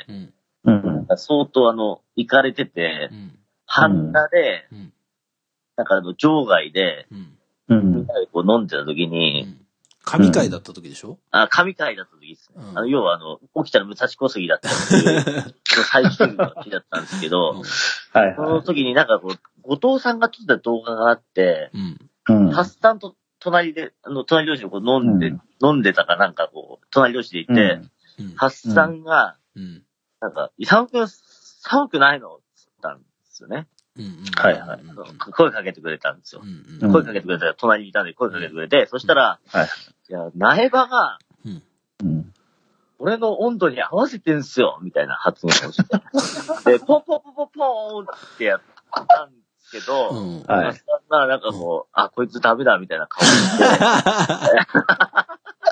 うん、 相当あの、行かれてて、うん、ハンダで、うん、なんかあの、場外で、うん、みんなでこう飲んでた時に、うん神会だった時でしょ、うん、 あ、神会だった時ですね。うん、あの、要はあの、起きたら武蔵小杉だったっていう、最終の日だったんですけど、うん、はいはい、その時になんかこう、後藤さんが撮った動画があって、うん、ハッサンと隣で、あの、隣同士でこう飲んで、うん、飲んでたかなんかこう、隣同士でいて、うん、ハッサンが、うん、なんか、イサム君寒くないのって言ったんですよね。 うんうん、 はいはい。声かけてくれたんですよ。うんうん、声かけてくれたら隣にいたんで声かけてくれて、うん、そしたら、はい、いや、苗場が、うん、俺の温度に合わせてんすよみたいな発言をして。で、ポンポンポンポンポンってやったんですけど、うん、はい。まあ、なんかこう、あ、こいつダメだみたいな顔して、なんか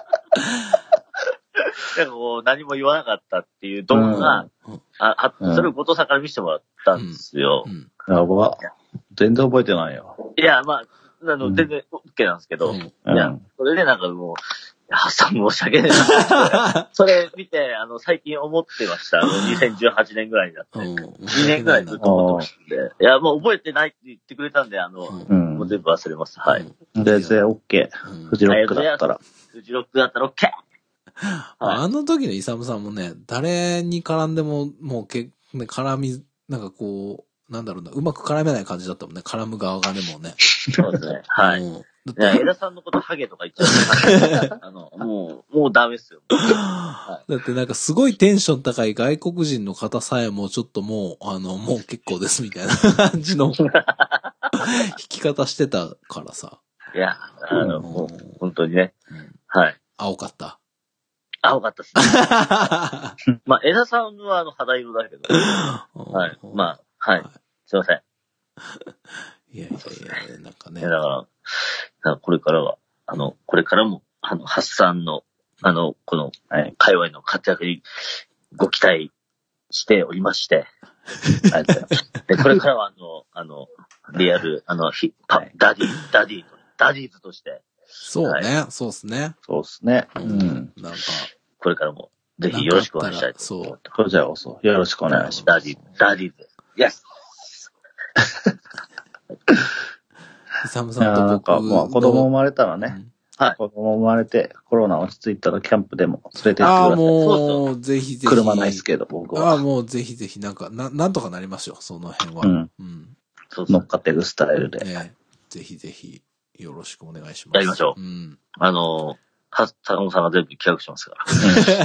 こう、何も言わなかったっていう動画が、うん、あ、それを後藤さんから見せてもらったんですよ。うんうんやば。全然覚えてないよ。 いや、まあ、あの、全然 OK なんですけど、うん、いや、それでなんかもう、発散申し訳ないな。それ見て、あの、最近思ってました。あの、にせんじゅうはちねんぐらいになって。にねんぐらいずっと思ってましたんで。いや、もう覚えてないって言ってくれたんで、あの、うん、もう全部忘れます。はい。 全然 OK。フジロックだったら。 フジロックだったら OK。 はい、あの時のイサムさんもね、誰に絡んでも、もうけ、ね、絡み、なんかこう、なんだろうな、うまく絡めない感じだったもんね。絡む側がね、もうね。 そうですね。はい。いや、枝さんのことハゲとか言っちゃう。あの、もう、もうダメっすよ。 はい、だってなんかすごいテンション高い外国人の方さえもちょっともう、あの、もう結構ですみたいな感じの弾き方してたからさ。 いや、あの、うん、もう、本当にね。うん、はい。 青かった。 青かったっすね。まあ、枝さんはあの肌色だけど。はい。まあ、はい。すいません。 いやいやいや、なんかね。 だから、だからこれからは、あの、これからも、あの、発散の、あの、この、界隈の活躍にご期待しておりまして、はい、で、これからは、あの、あの、リアル、あの、ヒパ、ダディ、ダディ、ダディーズとして、 そうね、はい、そうっすね。 そうっすね。 うん。なんか、 これからも、ぜひよろしくお願いしたいと思って。 そう。こちらこそ、よろしくお願いします。 ダディ、ダディーズ。イエスイサムさんと僕の。まあ、子供生まれたらね、うん、はい。子供生まれて、コロナ落ち着いたらキャンプでも連れてってください。 ああ、もう、ぜひぜひ。 車ないっすけど、僕は。 ああ、もうぜひぜひ、なんか、な、なんとかなりますよ、その辺は。うん。うん。 そうそう乗っかっていくスタイルで。 ね、ぜひぜひ、よろしくお願いします。 やりましょう。うん。あの、は、坂本さんが全部企画しますから。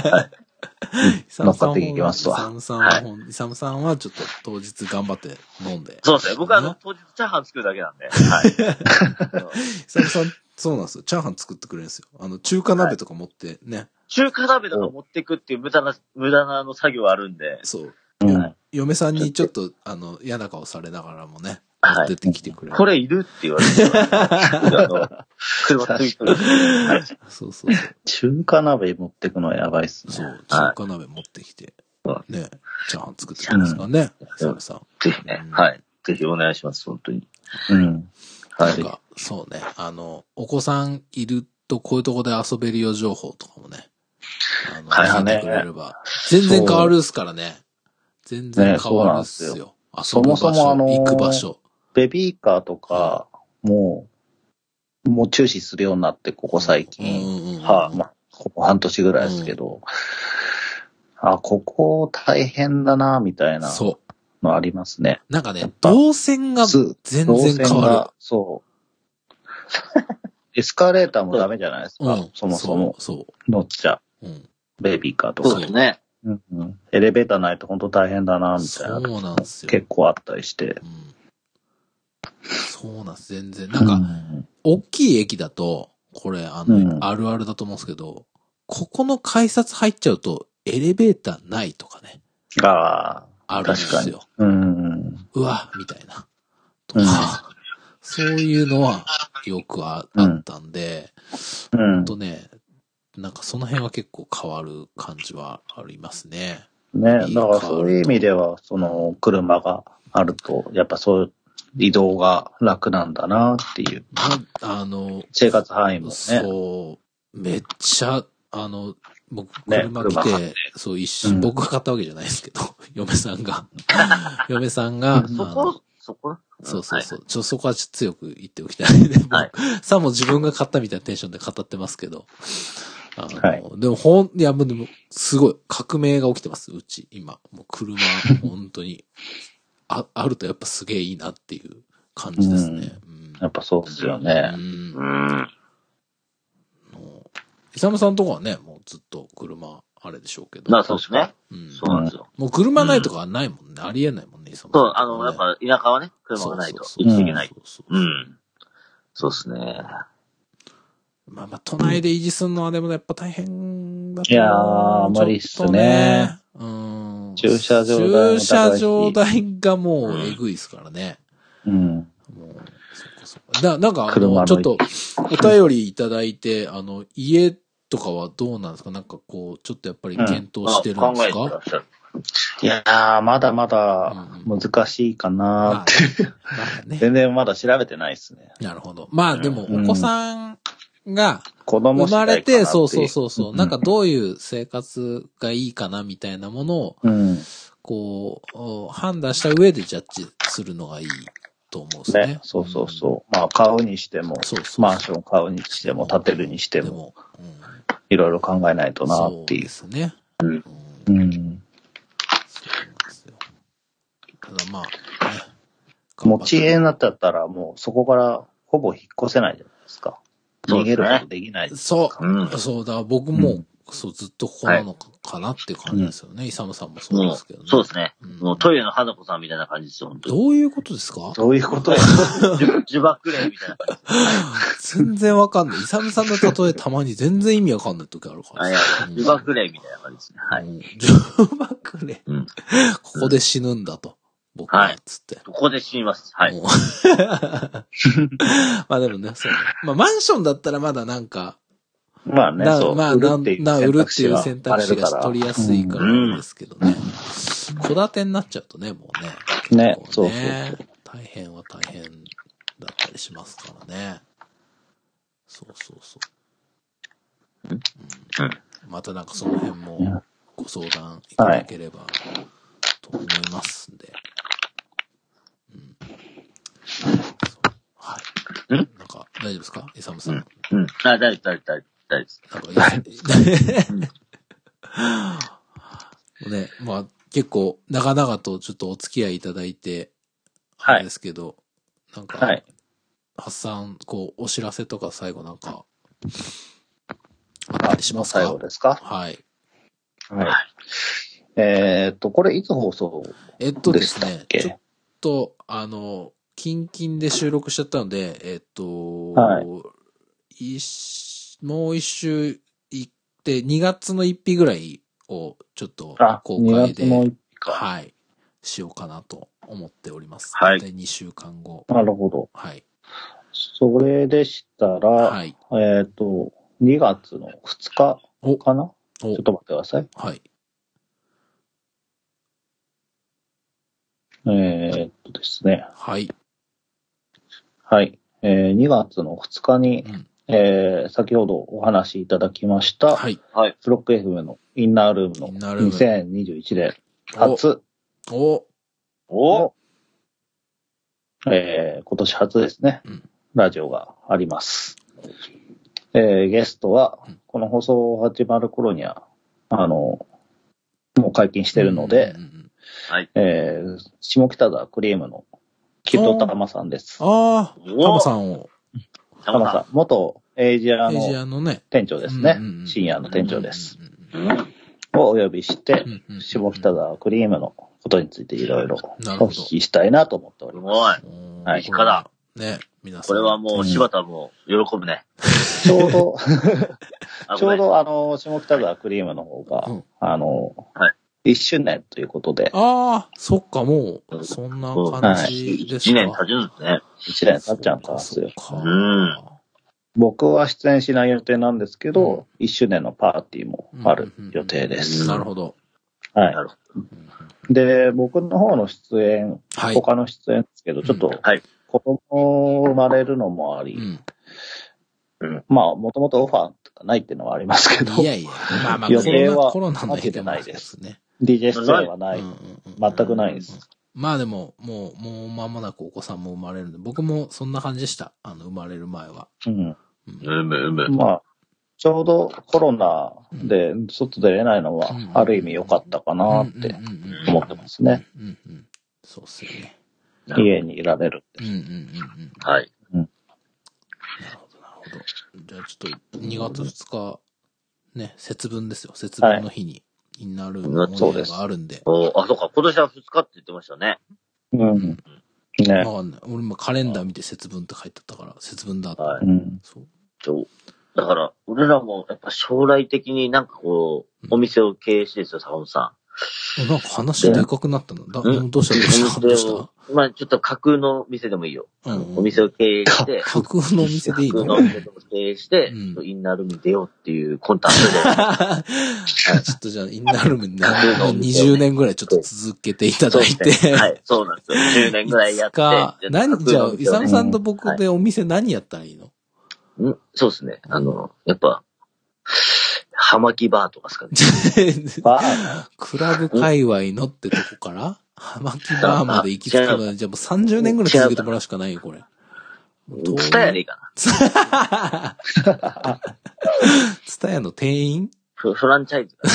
はい。 乗っかっていきますわ。 イサムさんは、イサムさんはちょっと当日頑張って飲んで。 そうですね。僕はあの、当日チャーハン作るだけなんで。はい。 イサムさん、そうなんですよ。チャーハン作ってくれるんですよ。あの、中華鍋とか持ってね。はい、 中華鍋とか持ってくっていう無駄な、無駄なあの作業あるんで。 そう。うん、嫁さんにちょっと、あの、嫌な顔されながらもね。持ってってきてくれる。 これいるって言われて。あの、車ついてる。はい。 そうそうそう。 中華鍋持ってくのはやばいっすね。 そう、中華鍋持ってきて、ね、チャーハン作ってくれますからね、サムさん。 ぜひね、はい。ぜひお願いします、本当に。 うん。 はい。なんか、そうね、あの、お子さんいるとこういうとこで遊べるよ情報とかもね、あの、 はい、 教えてくれれば、全然変わるっすからね。全然変わるっすよ。 そもそもあの、 行く場所。 ベビーカーとか、もう、もう注視するようになって、ここ最近。はあ、まあ、ここ半年ぐらいですけど、うん、あ、ここ大変だな、みたいなのありますね。 なんかね、動線が全然変わる。 そう。エスカレーターもダメじゃないですか、うん、そもそも。そうそう乗っちゃう、うん。ベビーカーとか。 そうですね。 うんうん。エレベーターないと本当大変だな、みたいな。 そうなんですよ。 結構あったりして。 うんそうなんです、全然。なんか、うん、大きい駅だと、これ、あの、うん、あるあるだと思うんですけど、ここの改札入っちゃうと、エレベーターないとかね。 ああ。 あるんですよ。 うん。 うわ、みたいな。とか、うん、そういうのはよく あ, あったんで、うん。ほんとね、なんかその辺は結構変わる感じはありますね。 ね。だからそういう意味では、その、車があると、やっぱそういう移動が楽なんだなっていう。 あの、 生活範囲もね。 そう、めっちゃ、あの、僕、車来て、ね、そう一瞬、うん、僕が買ったわけじゃないですけど、嫁さんが。嫁さんが、 そこそこそうそうそう。はい、ちょ、そこはちょっと強く言っておきたいね。はい。さも自分が買ったみたいなテンションで語ってますけど。あの、はい、でもほん、いや、もうでも、すごい、革命が起きてます、うち、今。もう車、本当に。あ、あるとやっぱすげえいいなっていう感じですね。 うん、やっぱそうですよね。うん。うんイサムさんとかはね、もうずっと車、あれでしょうけど。 まあそうですね。うん。そうなんですよ。 もう車ないとかはないもんね。うん、ありえないもんね、イサムさん、ね。そう、あの、やっぱ田舎はね、車がないと生きていけない。うん。そうですね。 まあまあ、都内で維持するのはでもやっぱ大変だと、 いやー、無理っすね。 うん。 駐車場代も高いし。 駐車場代がもうえぐいですからね。 うん。もう、 そっかそっか。だ、なんかあの、ちょっと、お便りいただいて、あの、家とかはどうなんですか？なんかこう、ちょっとやっぱり検討してるんですか？うん、考えてらっしゃる。 いやー、まだまだ難しいかなーって、うんまあまあね。全然まだ調べてないですね。 なるほど。まあでも、お子さんが生まれて、そうそうそうそう、うん、なんかどういう生活がいいかなみたいなものを、うん、こう、判断した上でジャッジするのがいいと思うんですね。ね、 そうそうそう。うん、まあ買うにしても、そうそうそう、マンション買うにしても、建てるにしても、うん、いろいろ考えないとなっていう。 そうですね。 うん。うんただまあ、ね。 持ち家になっちゃったらもうそこからほぼ引っ越せないじゃないですか。逃げることできないですそう、うん、そうだ、僕も、うん、そうずっとここなのか、はい、かなっていう感じですよね。イサムさんもそうですけどね。 そうですね。うん、もうトイレの花子さんみたいな感じですよ、本当に。 どういうことですか？ どういうことや呪縛霊みたいな感じ。全然わかんない。イサムさんの例えたまに全然意味わかんない時あるから。 あ、いや、呪縛霊みたいな感じですね。はい。 呪縛霊、うん、ここで死ぬんだと。僕は、つって、はい。 ここで死にます。はい。 まあでもね、そうね。まあマンションだったらまだなんか、 まあね、そう。 まあ、売るっていうな、売るっていう選択肢が取りやすいからですけどね。戸建てになっちゃうとね、もうね。ね、そうそうそう。 大変は大変だったりしますからね。そうそうそう。うん、またなんかその辺もご相談いただければと思いますんで。はい。んなんか、大丈夫ですか？イサムさん。 うん。うん、あ、大丈夫、大丈夫、大丈夫。大丈夫です。ね、まあ、結構、長々とちょっとお付き合いいただいて、あれですけど、はい、なんか、はい、発散、こう、お知らせとか最後なんか、あったりしますか？ 最後ですか？ はい。 はい。えー、っと、これいつ放送えっとですね、ちょっと、あの、キンキンで収録しちゃったので、えっと、はい、一もう一周行って、にがつのいっぴぐらいをちょっと公開で、はい、しようかなと思っております。 はい。 で、にしゅうかんご。 なるほど。 はい。 それでしたら、はい、えっと、にがつのふつかかな？ちょっと待ってください。 はい。 えー、っとですね。 はい。 はい。えー、にがつのふつかに、うんえー、先ほどお話しいただきました、 はい。 スロック エフエム のインナールームのにせんにじゅういちねん初、 おおえー、今年初ですね、 うん、 ラジオがあります。えー、ゲストは、この放送始まる頃には、あの、もう解禁してるので、 うんうんうんはい、 えー、下北沢クリームの木戸玉さんです。 ああ、玉さんを。 玉さん、元エイジアエイジアのね、 店長ですね。深夜の店長です。をお呼びして、下北沢クリームのことについていろいろお聞きしたいなと思っております。 すごい。はい。いかだ。 ね、皆さん。 これはもう柴田も喜ぶね。 ちょうど、ちょうどあの、下北沢クリームの方が、あの、 はい。 いっしゅうねんということで。 ああ、そっか、もう、そんな感じですか。 いちねん経つんですね。 いちねん経っちゃうんですよ。 うん。 僕は出演しない予定なんですけど、うん、いっしゅうねんのパーティーもある予定です。 うんうん、なるほど。 はい。 なるほで、僕の方の出演、 はい。 他の出演ですけど、ちょっと、 はい。 子供生まれるのもあり、 うん。 まあ、もともとオファーとかないっていうのはありますけど、 いやいや、まあまあ、 予コロナ、 定はコロナの影響もありますね。 ディージェー 出演はない。 うんうんうん全くないです。 まあでも、もう、もう間もなくお子さんも生まれるんで、僕もそんな感じでした。あの、生まれる前は。 うん。 ど。うむうむ。 まあ、ちょうどコロナで外出れないのは、 うんある意味良かったかなって思ってますね。 うんうんうん。そうっすよね。 家にいられるって。 うんうんうんうん。 はい。 なるほど、なるほど。じゃあちょっとにがつふつか、ね、節分ですよ。節分の日に、インナールームのオンエアがあるんで。 おあ、そうか。今年はふつかって言ってましたね。 うん。ね。 わかんない。俺もカレンダー見て節分って書いてあったから、節分だと。 はい。 うん。 そう。 そうだから、俺らもやっぱ将来的になんかこう、お店を経営してるんですよ、坂本さん。なんか話でかくなったのだ、うん、どうしたどうしたどうしたまあちょっと架空の店でもいいよ。うん、お店を経営して。 架空のお店でいいの架空のお店を経営して、うん、インナールームに出ようっていうコンタクトで。 ちょっとじゃあ、インナールームににじゅうねんぐらいちょっと続けていただいて。 ね、はい、そうなんですよ。じゅうねんぐらいやって。 何、じゃあ、イサムさんと僕でお店何やったらいいの、 はい、んそうですね。あの、やっぱ、葉巻バーとかですかね。 バークラブ界隈のってとこから葉巻バーまで行き着くまで、じゃあもうさんじゅうねんぐらい続けてもらうしかないよ、これ。 ツタヤでいいかな。ツタヤの店員フ, フランチャイズ。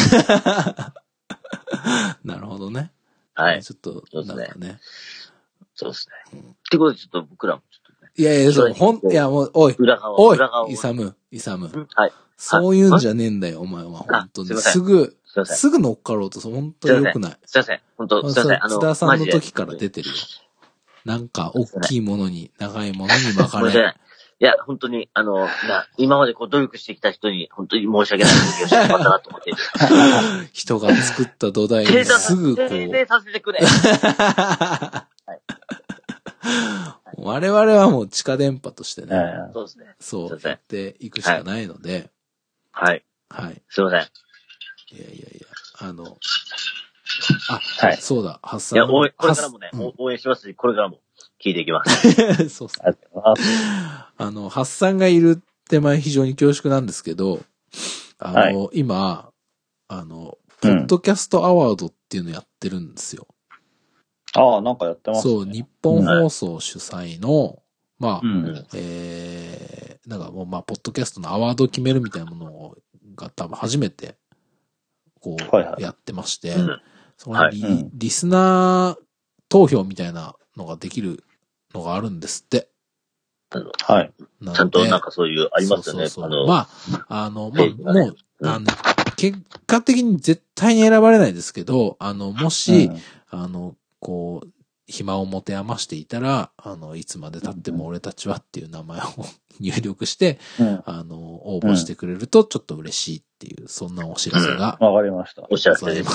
なるほどね。 はい。 ちょっと、なんかね。 そうですね。うん、ってことでちょっと僕らもちょっとね。 いやいや、そう、ほん、いやもう、おい、 裏側おい、 裏側イサム、イサム。 はい。 そういうんじゃねえんだよ、お前は。本当に。すぐ、すぐ乗っかろうと、本当に良くない。 すいません。本当すいません。 あの、津田さんの時から出てるよ。なんか、大きいものに、長いものに巻かれ。 いや、本当に、あの、な、今までこう努力してきた人に、本当に申し訳ない時をしてしまったなと思って。 人が作った土台にすぐこう。 訂正させてくれ。はい、 我々はもう地下電波としてね。 そうですね。 そう。やっていくしかないので。 はい。 はい。 すいません。いやいやいや、あの、あ、 はい。 そうだ、発散。 いや、応援、これからもね、うん、応援しますし、これからも聞いていきます。 そうっすね。あの、発散がいるって前非常に恐縮なんですけど、あの、はい、今、あの、ポッドキャストアワードっていうのやってるんですよ。 ああ、なんかやってますね。 そう、日本放送主催の、うん、まあ、 うん、 えー、なんかもう、まあ、ポッドキャストのアワードを決めるみたいなものが多分初めて、こう、はいはい、やってまして、うん、そのリ、はい、リスナー投票みたいなのができるのがあるんですって。 はい。 ちゃんとなんかそういう、ありますよね。 そうそうそう。まあ、あの、まあ、もう、うん、あの、結果的に絶対に選ばれないですけど、あの、もし、うん、あの、こう、暇を持て余していたら、あの、いつまで経っても俺たちはっていう名前を入力して、うん、あの、応募してくれるとちょっと嬉しいっていう、そんなお知らせが。 わ、うん、かりました。 お知らせです。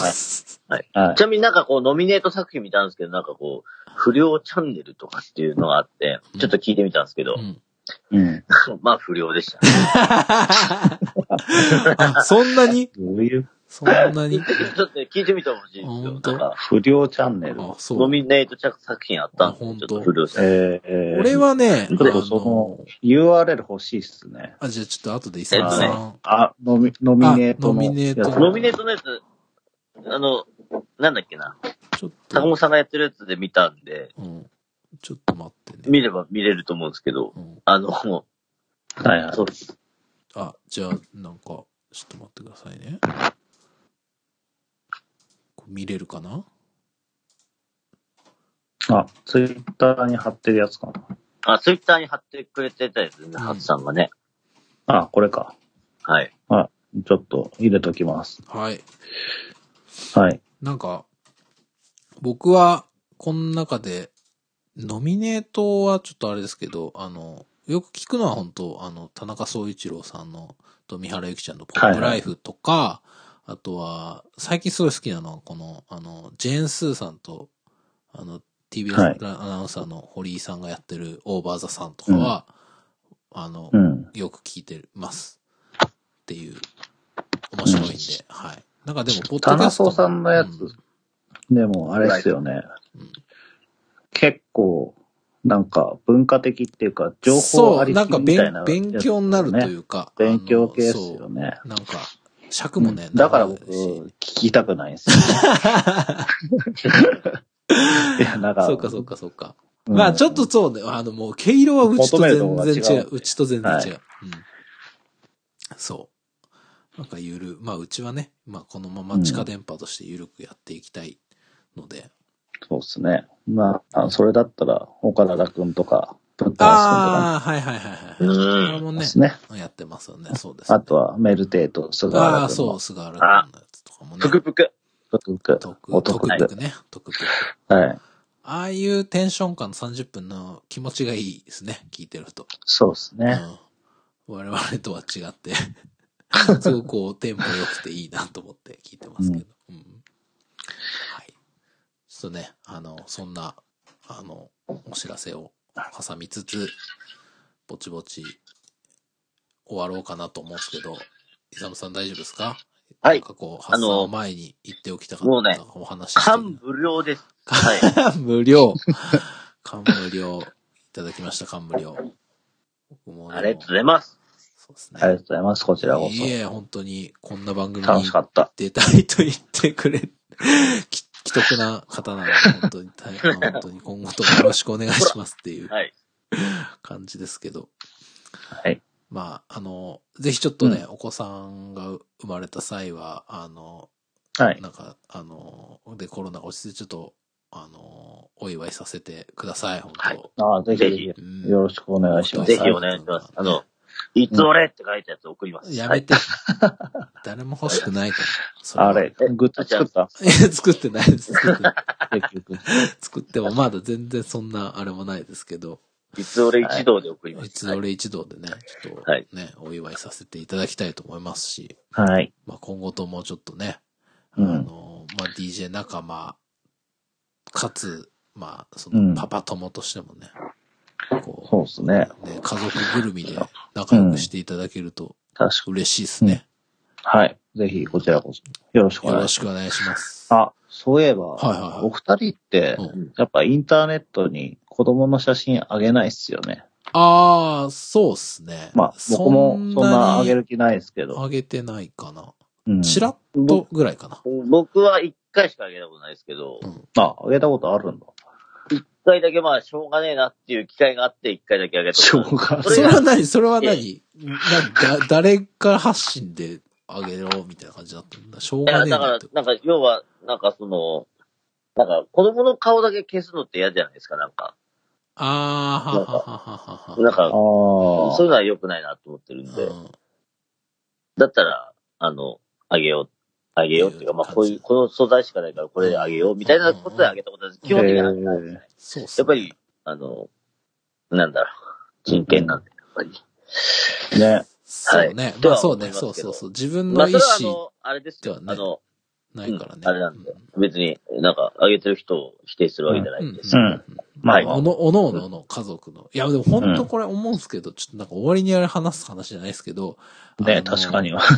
はい。はい。ちなみになんかこう、ノミネート作品見たんですけど、なんかこう、不良チャンネルとかっていうのがあって、ちょっと聞いてみたんですけど、うんうん、 まあ不良でした、 ね。あ、そんなにどういうそんなにちょっと聞いてみてほしいんですよ。 不良チャンネル。 あ、そう。ノミネート作品あったんですよ。ちょっと不良チャンネル。 えー、俺はね、 ちょっとその ユーアールエル 欲しいっすね。 あ、じゃあちょっと後でイサムさん。 えっとね、あ、ノミ、ノミネートの。 ノミネート。 ノミネートのやつ、あの、なんだっけな。ちょっと。坂本さんがやってるやつで見たんで。 うん。ちょっと待ってね。 見れば見れると思うんですけど、うん、あの、もう。はいはい。 そうです。 あ、じゃあ、なんか、ちょっと待ってくださいね。見れるかな？ あ、ツイッターに貼ってるやつかな。 あ、ツイッターに貼ってくれてたやつね、ハツさんがね。 あ、これか。 はい。 あ、ちょっと入れときます。 はい。 はい。 なんか、僕は、この中で、ノミネートはちょっとあれですけど、あの、よく聞くのは本当、あの、田中総一郎さんのと三原由紀ちゃんのポップライフとか、はいはい、あとは、最近すごい好きなのは、この、あの、ジェーンスーさんと、あの、ティービーエス アナウンサーの堀井さんがやってるオーバーザさんとかは、うん、あの、うん、よく聞いてます。っていう、面白いんで、はい。 なんかでも、ポッドキャスト。 田中さんのやつ、うん、でも、あれですよね。うん、結構、なんか、文化的っていうか、情報ありきみたいな、ね。そう、なんか勉強になるというか。 勉強系ですよね。 なんか、尺もね、 うん、だから僕、聞きたくないんですよ。いや、なんか。 そうか、そうか、そうか。うん、まあ、ちょっとそうね、あの、もう、毛色はうちと全然違う。うちと全然違う。はい、うん。そう。なんかゆる、まあ、うちはね、まあ、このまま地下電波としてゆるくやっていきたいので。 うん、そうですね。まあ、それだったら、岡田くんとか、 プッタース君とか、ね。ああ、はいはいはいはい。うん。これもね、 ねやってますよね。そうですね。 あとは、メルテイと菅原君の。 ああ、そう、菅原君のやつとかもね。 ぷくぷく。 ぷくぷく。 トクぷくね。トクぷく。 はい。 ああいうテンション感のさんじゅっぷんの気持ちがいいですね。聞いてると。 そうですね。 うん。我々とは違って、すごくこう、テンポ良くていいなと思って聞いてますけど。うん。うん、はい。ちょっとね、あの、そんな、あの、お知らせを挟みつつ、ぼちぼち終わろうかなと思うんですけど、イサムさん大丈夫ですか？はい。なんかこう、発散を前に言っておきたかったお話して、 もうね、感無量です。 はい。感無量。感無量。いただきました、感無量。 僕もありがとうございます。 そうですね。ありがとうございます、こちらこそ。 いえ、本当に、こんな番組に楽しかった。 出たいと言ってくれ、既得な方なので、本当に大変、本当に今後ともよろしくお願いしますっていう感じですけど。 はい。 まあ、あの、ぜひちょっとね、うん、お子さんが生まれた際は、あの、 はい。 なんか、あの、で、コロナが落ち着いて、ちょっと、あの、お祝いさせてください、本当。はい、 ああ、ぜひぜひ、うん、よろしくお願いします。 ぜひお願いします。あの、いつ俺って書いたやつ送ります。 やめて。誰も欲しくないから。 それあれ、グッズ作った？ いや、作ってないです。作ってない。作ってもまだ全然そんなあれもないですけど。 いつ俺一同で送ります。 いつ俺一同でね、ちょっとね、お祝いさせていただきたいと思いますし。 はい。 まあ今後ともちょっとね、あの、まあ ディージェー 仲間、かつ、まあ、そのパパ友としてもね、 こう、そうですね。 ね、家族ぐるみで仲良くしていただけると、嬉しいですね、 うん。はい。ぜひ、こちらこそ。よろしくお願いします。 よろしくお願いします。 あ、そういえば、 はいはいはい、 お二人って、うん、やっぱインターネットに子供の写真あげないっすよね。 ああ、そうっすね。 まあ、僕もそんなあげる気ないですけど。 あげてないかな。うん。チラッとぐらいかな。 僕は一回しかあげたことないですけど。 うん、あ、あげたことあるんだ。 一回だけまあ、しょうがねえなっていう機会があって、一回だけあげたことある。 しょうがそれは何それは何なだ誰か発信であげろみたいな感じだったんだ。しょうがねえな。 いや、だから、なんか、要は、なんかその、なんか、子供の顔だけ消すのって嫌じゃないですか、なんか。 ああ、ははははは。 なんか、そういうのは良くないなと思ってるんで。だったら、あの、あげよう。あげようっていうか、まあ、こういう、この素材しかないからこれであげようみたいなことであげたことは基本的にはないですね。 そうっすね。 やっぱり、あの、なんだろう、真剣なんで、やっぱり。 ね。 そうね。まあそうね。そうそうそう。自分の意思。まあ、それはあの、 あれですよ。あの、 ないからね。 あれなんで。別に、なんか、あげてる人を否定するわけじゃないんです。 まあ、おの、おのおのの家族の。いや、でも本当これ思うんですけど、ちょっとなんか終わりにあれ話す話じゃないですけど。 ね、確かには。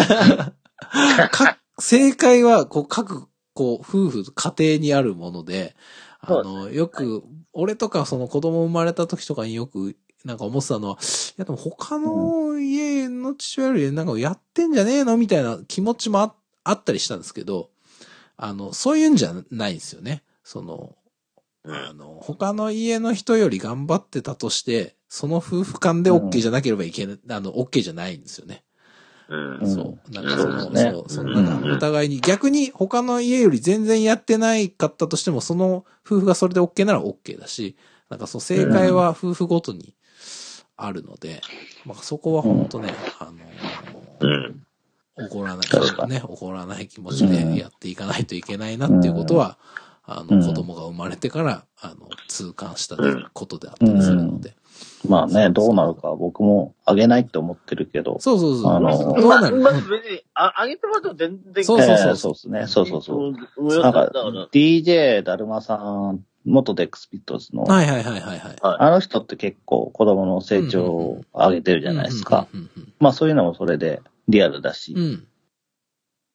か、正解は、こう、各、こう、夫婦、家庭にあるもので、あの、よく、俺とかその子供生まれた時とかによく、なんか思ってたのは、いやでも他の家の父親よりなんかやってんじゃねえのみたいな気持ちも あ, あったりしたんですけど、あの、そういうんじゃないんですよね。その、あの、他の家の人より頑張ってたとして、その夫婦間で OK じゃなければいけない、あの、OK じゃないんですよね。 うん、 そう。なんかその、そう、ね、そう、そのなんかお互いに、逆に他の家より全然やってないかったとしても、その夫婦がそれで OK なら OK だし、なんかそう、正解は夫婦ごとにあるので、まあそこは本当ね、あのー、怒らない、ね、怒らない気持ちでやっていかないといけないなっていうことは、あの、子供が生まれてから、あの、痛感したことであったりするので。 まあね、どうなるか僕もあげないって思ってるけど。 そうそうそう。 あの、どうなるまあ、別に、あ、あげてもらっても全然。 そうそうそう。 そうですね。そうそうそう。なんか、ディージェー だるまさん、元デックスピットズの。 はいはいはいはい。 あの人って結構子供の成長を上げてるじゃないですか。まあそういうのもそれでリアルだし。 うん。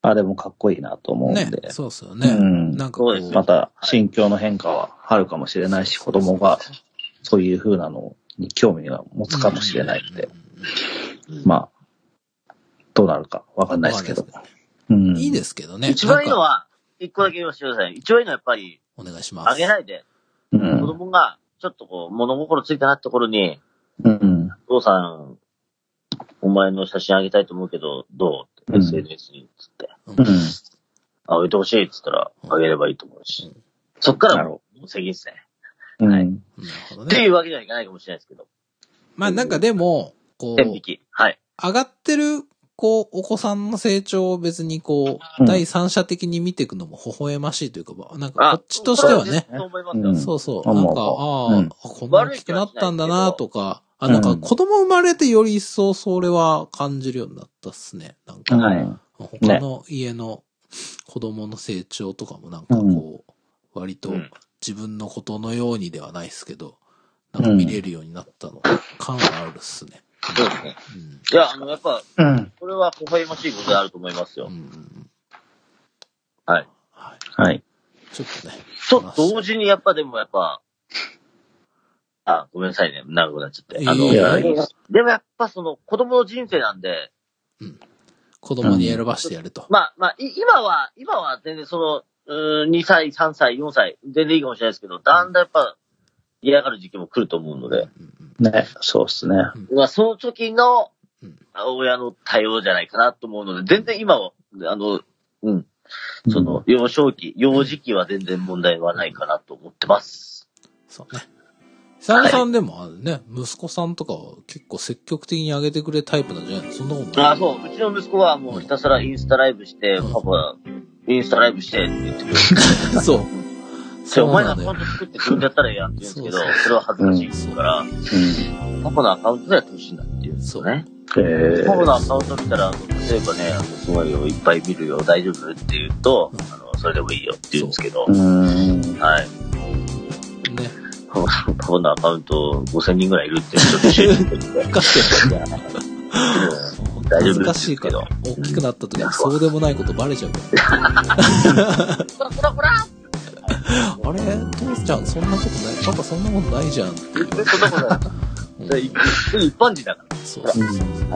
あれもかっこいいなと思うんで。 ね、そうですよね。 うん、 なんかこう、 また心境の変化はあるかもしれないし、子供がそういう風なのに興味が持つかもしれないんで、まあ、どうなるかわかんないですけど。 うん、いいですけどね。 一番いいのは、一個だけ言わせてください。一番いいのはやっぱり、 お願いします。 あげないで、うん、子供がちょっとこう、物心ついたなってところに、うん、お父さん、お前の写真あげたいと思うけど、どうって、うん、エスエヌエス に、つって。うん。あ、置いてほしいっつったら、あげればいいと思うし。うん、そっからもう、責任ですね。 うん。 はい。なるほどね。っていうわけにはいかないかもしれないですけど。 まあなんかでも、こう、 天引き。はい。 上がってる、こう、お子さんの成長を別にこう、うん、第三者的に見ていくのも微笑ましいというか、なんかこっちとしてはね。 そう思いますよ。 そうそう。なんか、ああ、うん、こんな大きくなったんだなとか、あ、なんか子供生まれてより一層それは感じるようになったっすね。なんか、はい、他の家の子供の成長とかもなんかこう、割と自分のことのようにではないですけど、なんか見れるようになったの、感はあるっすね。 そうですね。うん、いや、あの、やっぱ、うん、これは微笑ましいことであると思いますよ。うんうん、はい。 はい。 はい。 ちょっとね。 と、同時にやっぱでもやっぱ、あ、ごめんなさいね。長くなっちゃって。あの、 いやいやでもやっぱその子供の人生なんで、 うん。子供に選ばしてやると。 うん、まあまあ、今は、今は全然その、うーん、にさい、さんさい、よんさい、全然いいかもしれないですけど、だんだんやっぱ嫌がる時期も来ると思うので。 ね、そうですね。 まあその時の親の対応じゃないかなと思うので、全然今は、あの、うん。その、幼少期、幼児期は全然問題はないかなと思ってます。 そうね。久々さんでもあるね、息子さんとかは結構積極的に上げてくれるタイプなんじゃないの？そんなことない。 ああ、そう。うちの息子はもうひたすらインスタライブして、うん、パパ、インスタライブしてって言ってくれる。 そう。 じゃあお前のアカウント作って自分でやったらええやんって言うんですけど、そうそうそれは恥ずかしいですから、うん、パパのアカウントでやってほしいんだって言うんですよね。パパのアカウント見たら、例えばね、あのすごいよ、いっぱい見るよ、大丈夫って言うと、うん、あの、それでもいいよって言うんですけど、はい。 ね。 パパのアカウントごせんにんぐらいいるってちょっと知ってるんで。 かしい。大丈夫難しいから、大きくなった時にそうでもないことバレちゃうから。 こらこらこらあれ父ちゃんそんなことないパパそんなことないじゃんってそんなことない。一般人だから。 そうそうそう。 はい。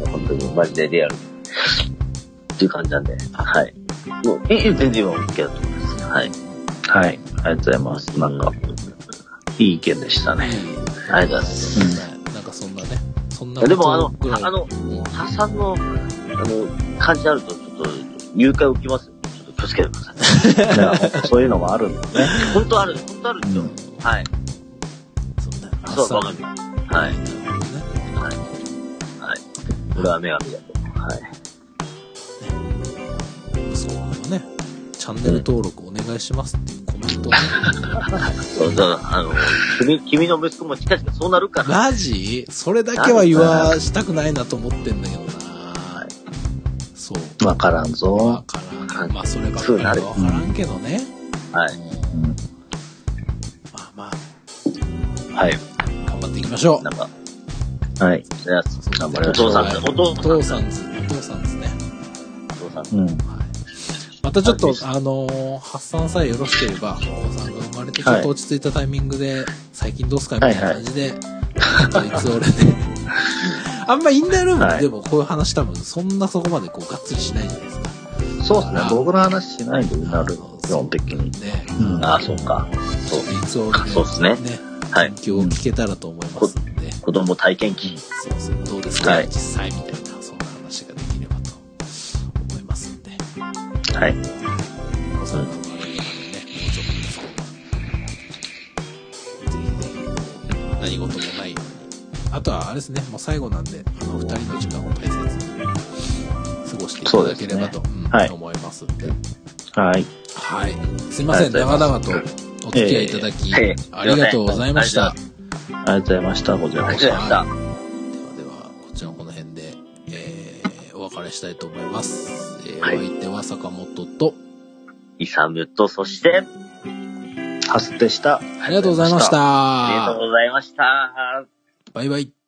本当にマジでリアル。っていう感じなんで。はい。もう、全然今 OK だと思います。はい。 はい。ありがとうございます。なんか、いい意見でしたね。 ありがとうございます。 うん、なんかそんなね。そんなでもあの、あの、破産の、あの、感じあるとちょっと、誘拐起きますよ。気をつけてください。 そういうのもあるんだね。 本当ある、本当あるんですよ。うん、はい。 そうだよ。 そう、わかります。はい。はい。はい。これは女神だと。はい。 ね。そうなのね。チャンネル登録お願いしますっていうコメントをね。 そうだ、あの、君、君の息子も近々そうなるから。 マジ？それだけは言わしたくないなと思ってんだけどな。そう。 わからんぞ。 わからん。まあ、そればっかりはわからんけどね。 はい。 まあまあ。はい。 頑張っていきましょう。 なんか。 はい。 じゃあ、頑張りましょう。お父さんず、 お父さんず、お父さんですね。 お父さんず。うん。はい。 またちょっと、あのー、発散さえよろしければ、お子さんが生まれてちょっと落ち着いたタイミングで、最近どうすかみたいな感じで、はいはい、いつ俺ね。あんまインナールームでもこういう話多分、そんなそこまでこう、がっつりしないじゃないですか。 そうですね。僕の話しないでなる、基本的に。 ね。うん、ああ、そうか。 そう。いつ俺ね。 そうですね。ね。 はい。勉強を聞けたらと思いますんで。 子供体験記。 そうそう。どうですか、はい、実際みたいな、そんな話ができればと思いますんで。 はい。 お子さんが生まれるまでね、もうちょっとですけど。ぜひぜひ、何事もないように。あとは、あれですね、もう最後なんで、あの、二人の時間を大切に過ごしていただければと、ねうんはい、思いますんで。 はい。 はい。すいません、長々とお付き合いいただき、えー、ありがとうございました。 ありがとうございました。こちらこそ。 ではでは、 こちらこの辺で、えー、お別れしたいと思います。えーはい、お相手は坂本と、 イサムと、そして、 ハスでした。 ありがとうございました。 ありがとうございました。 バイバイ。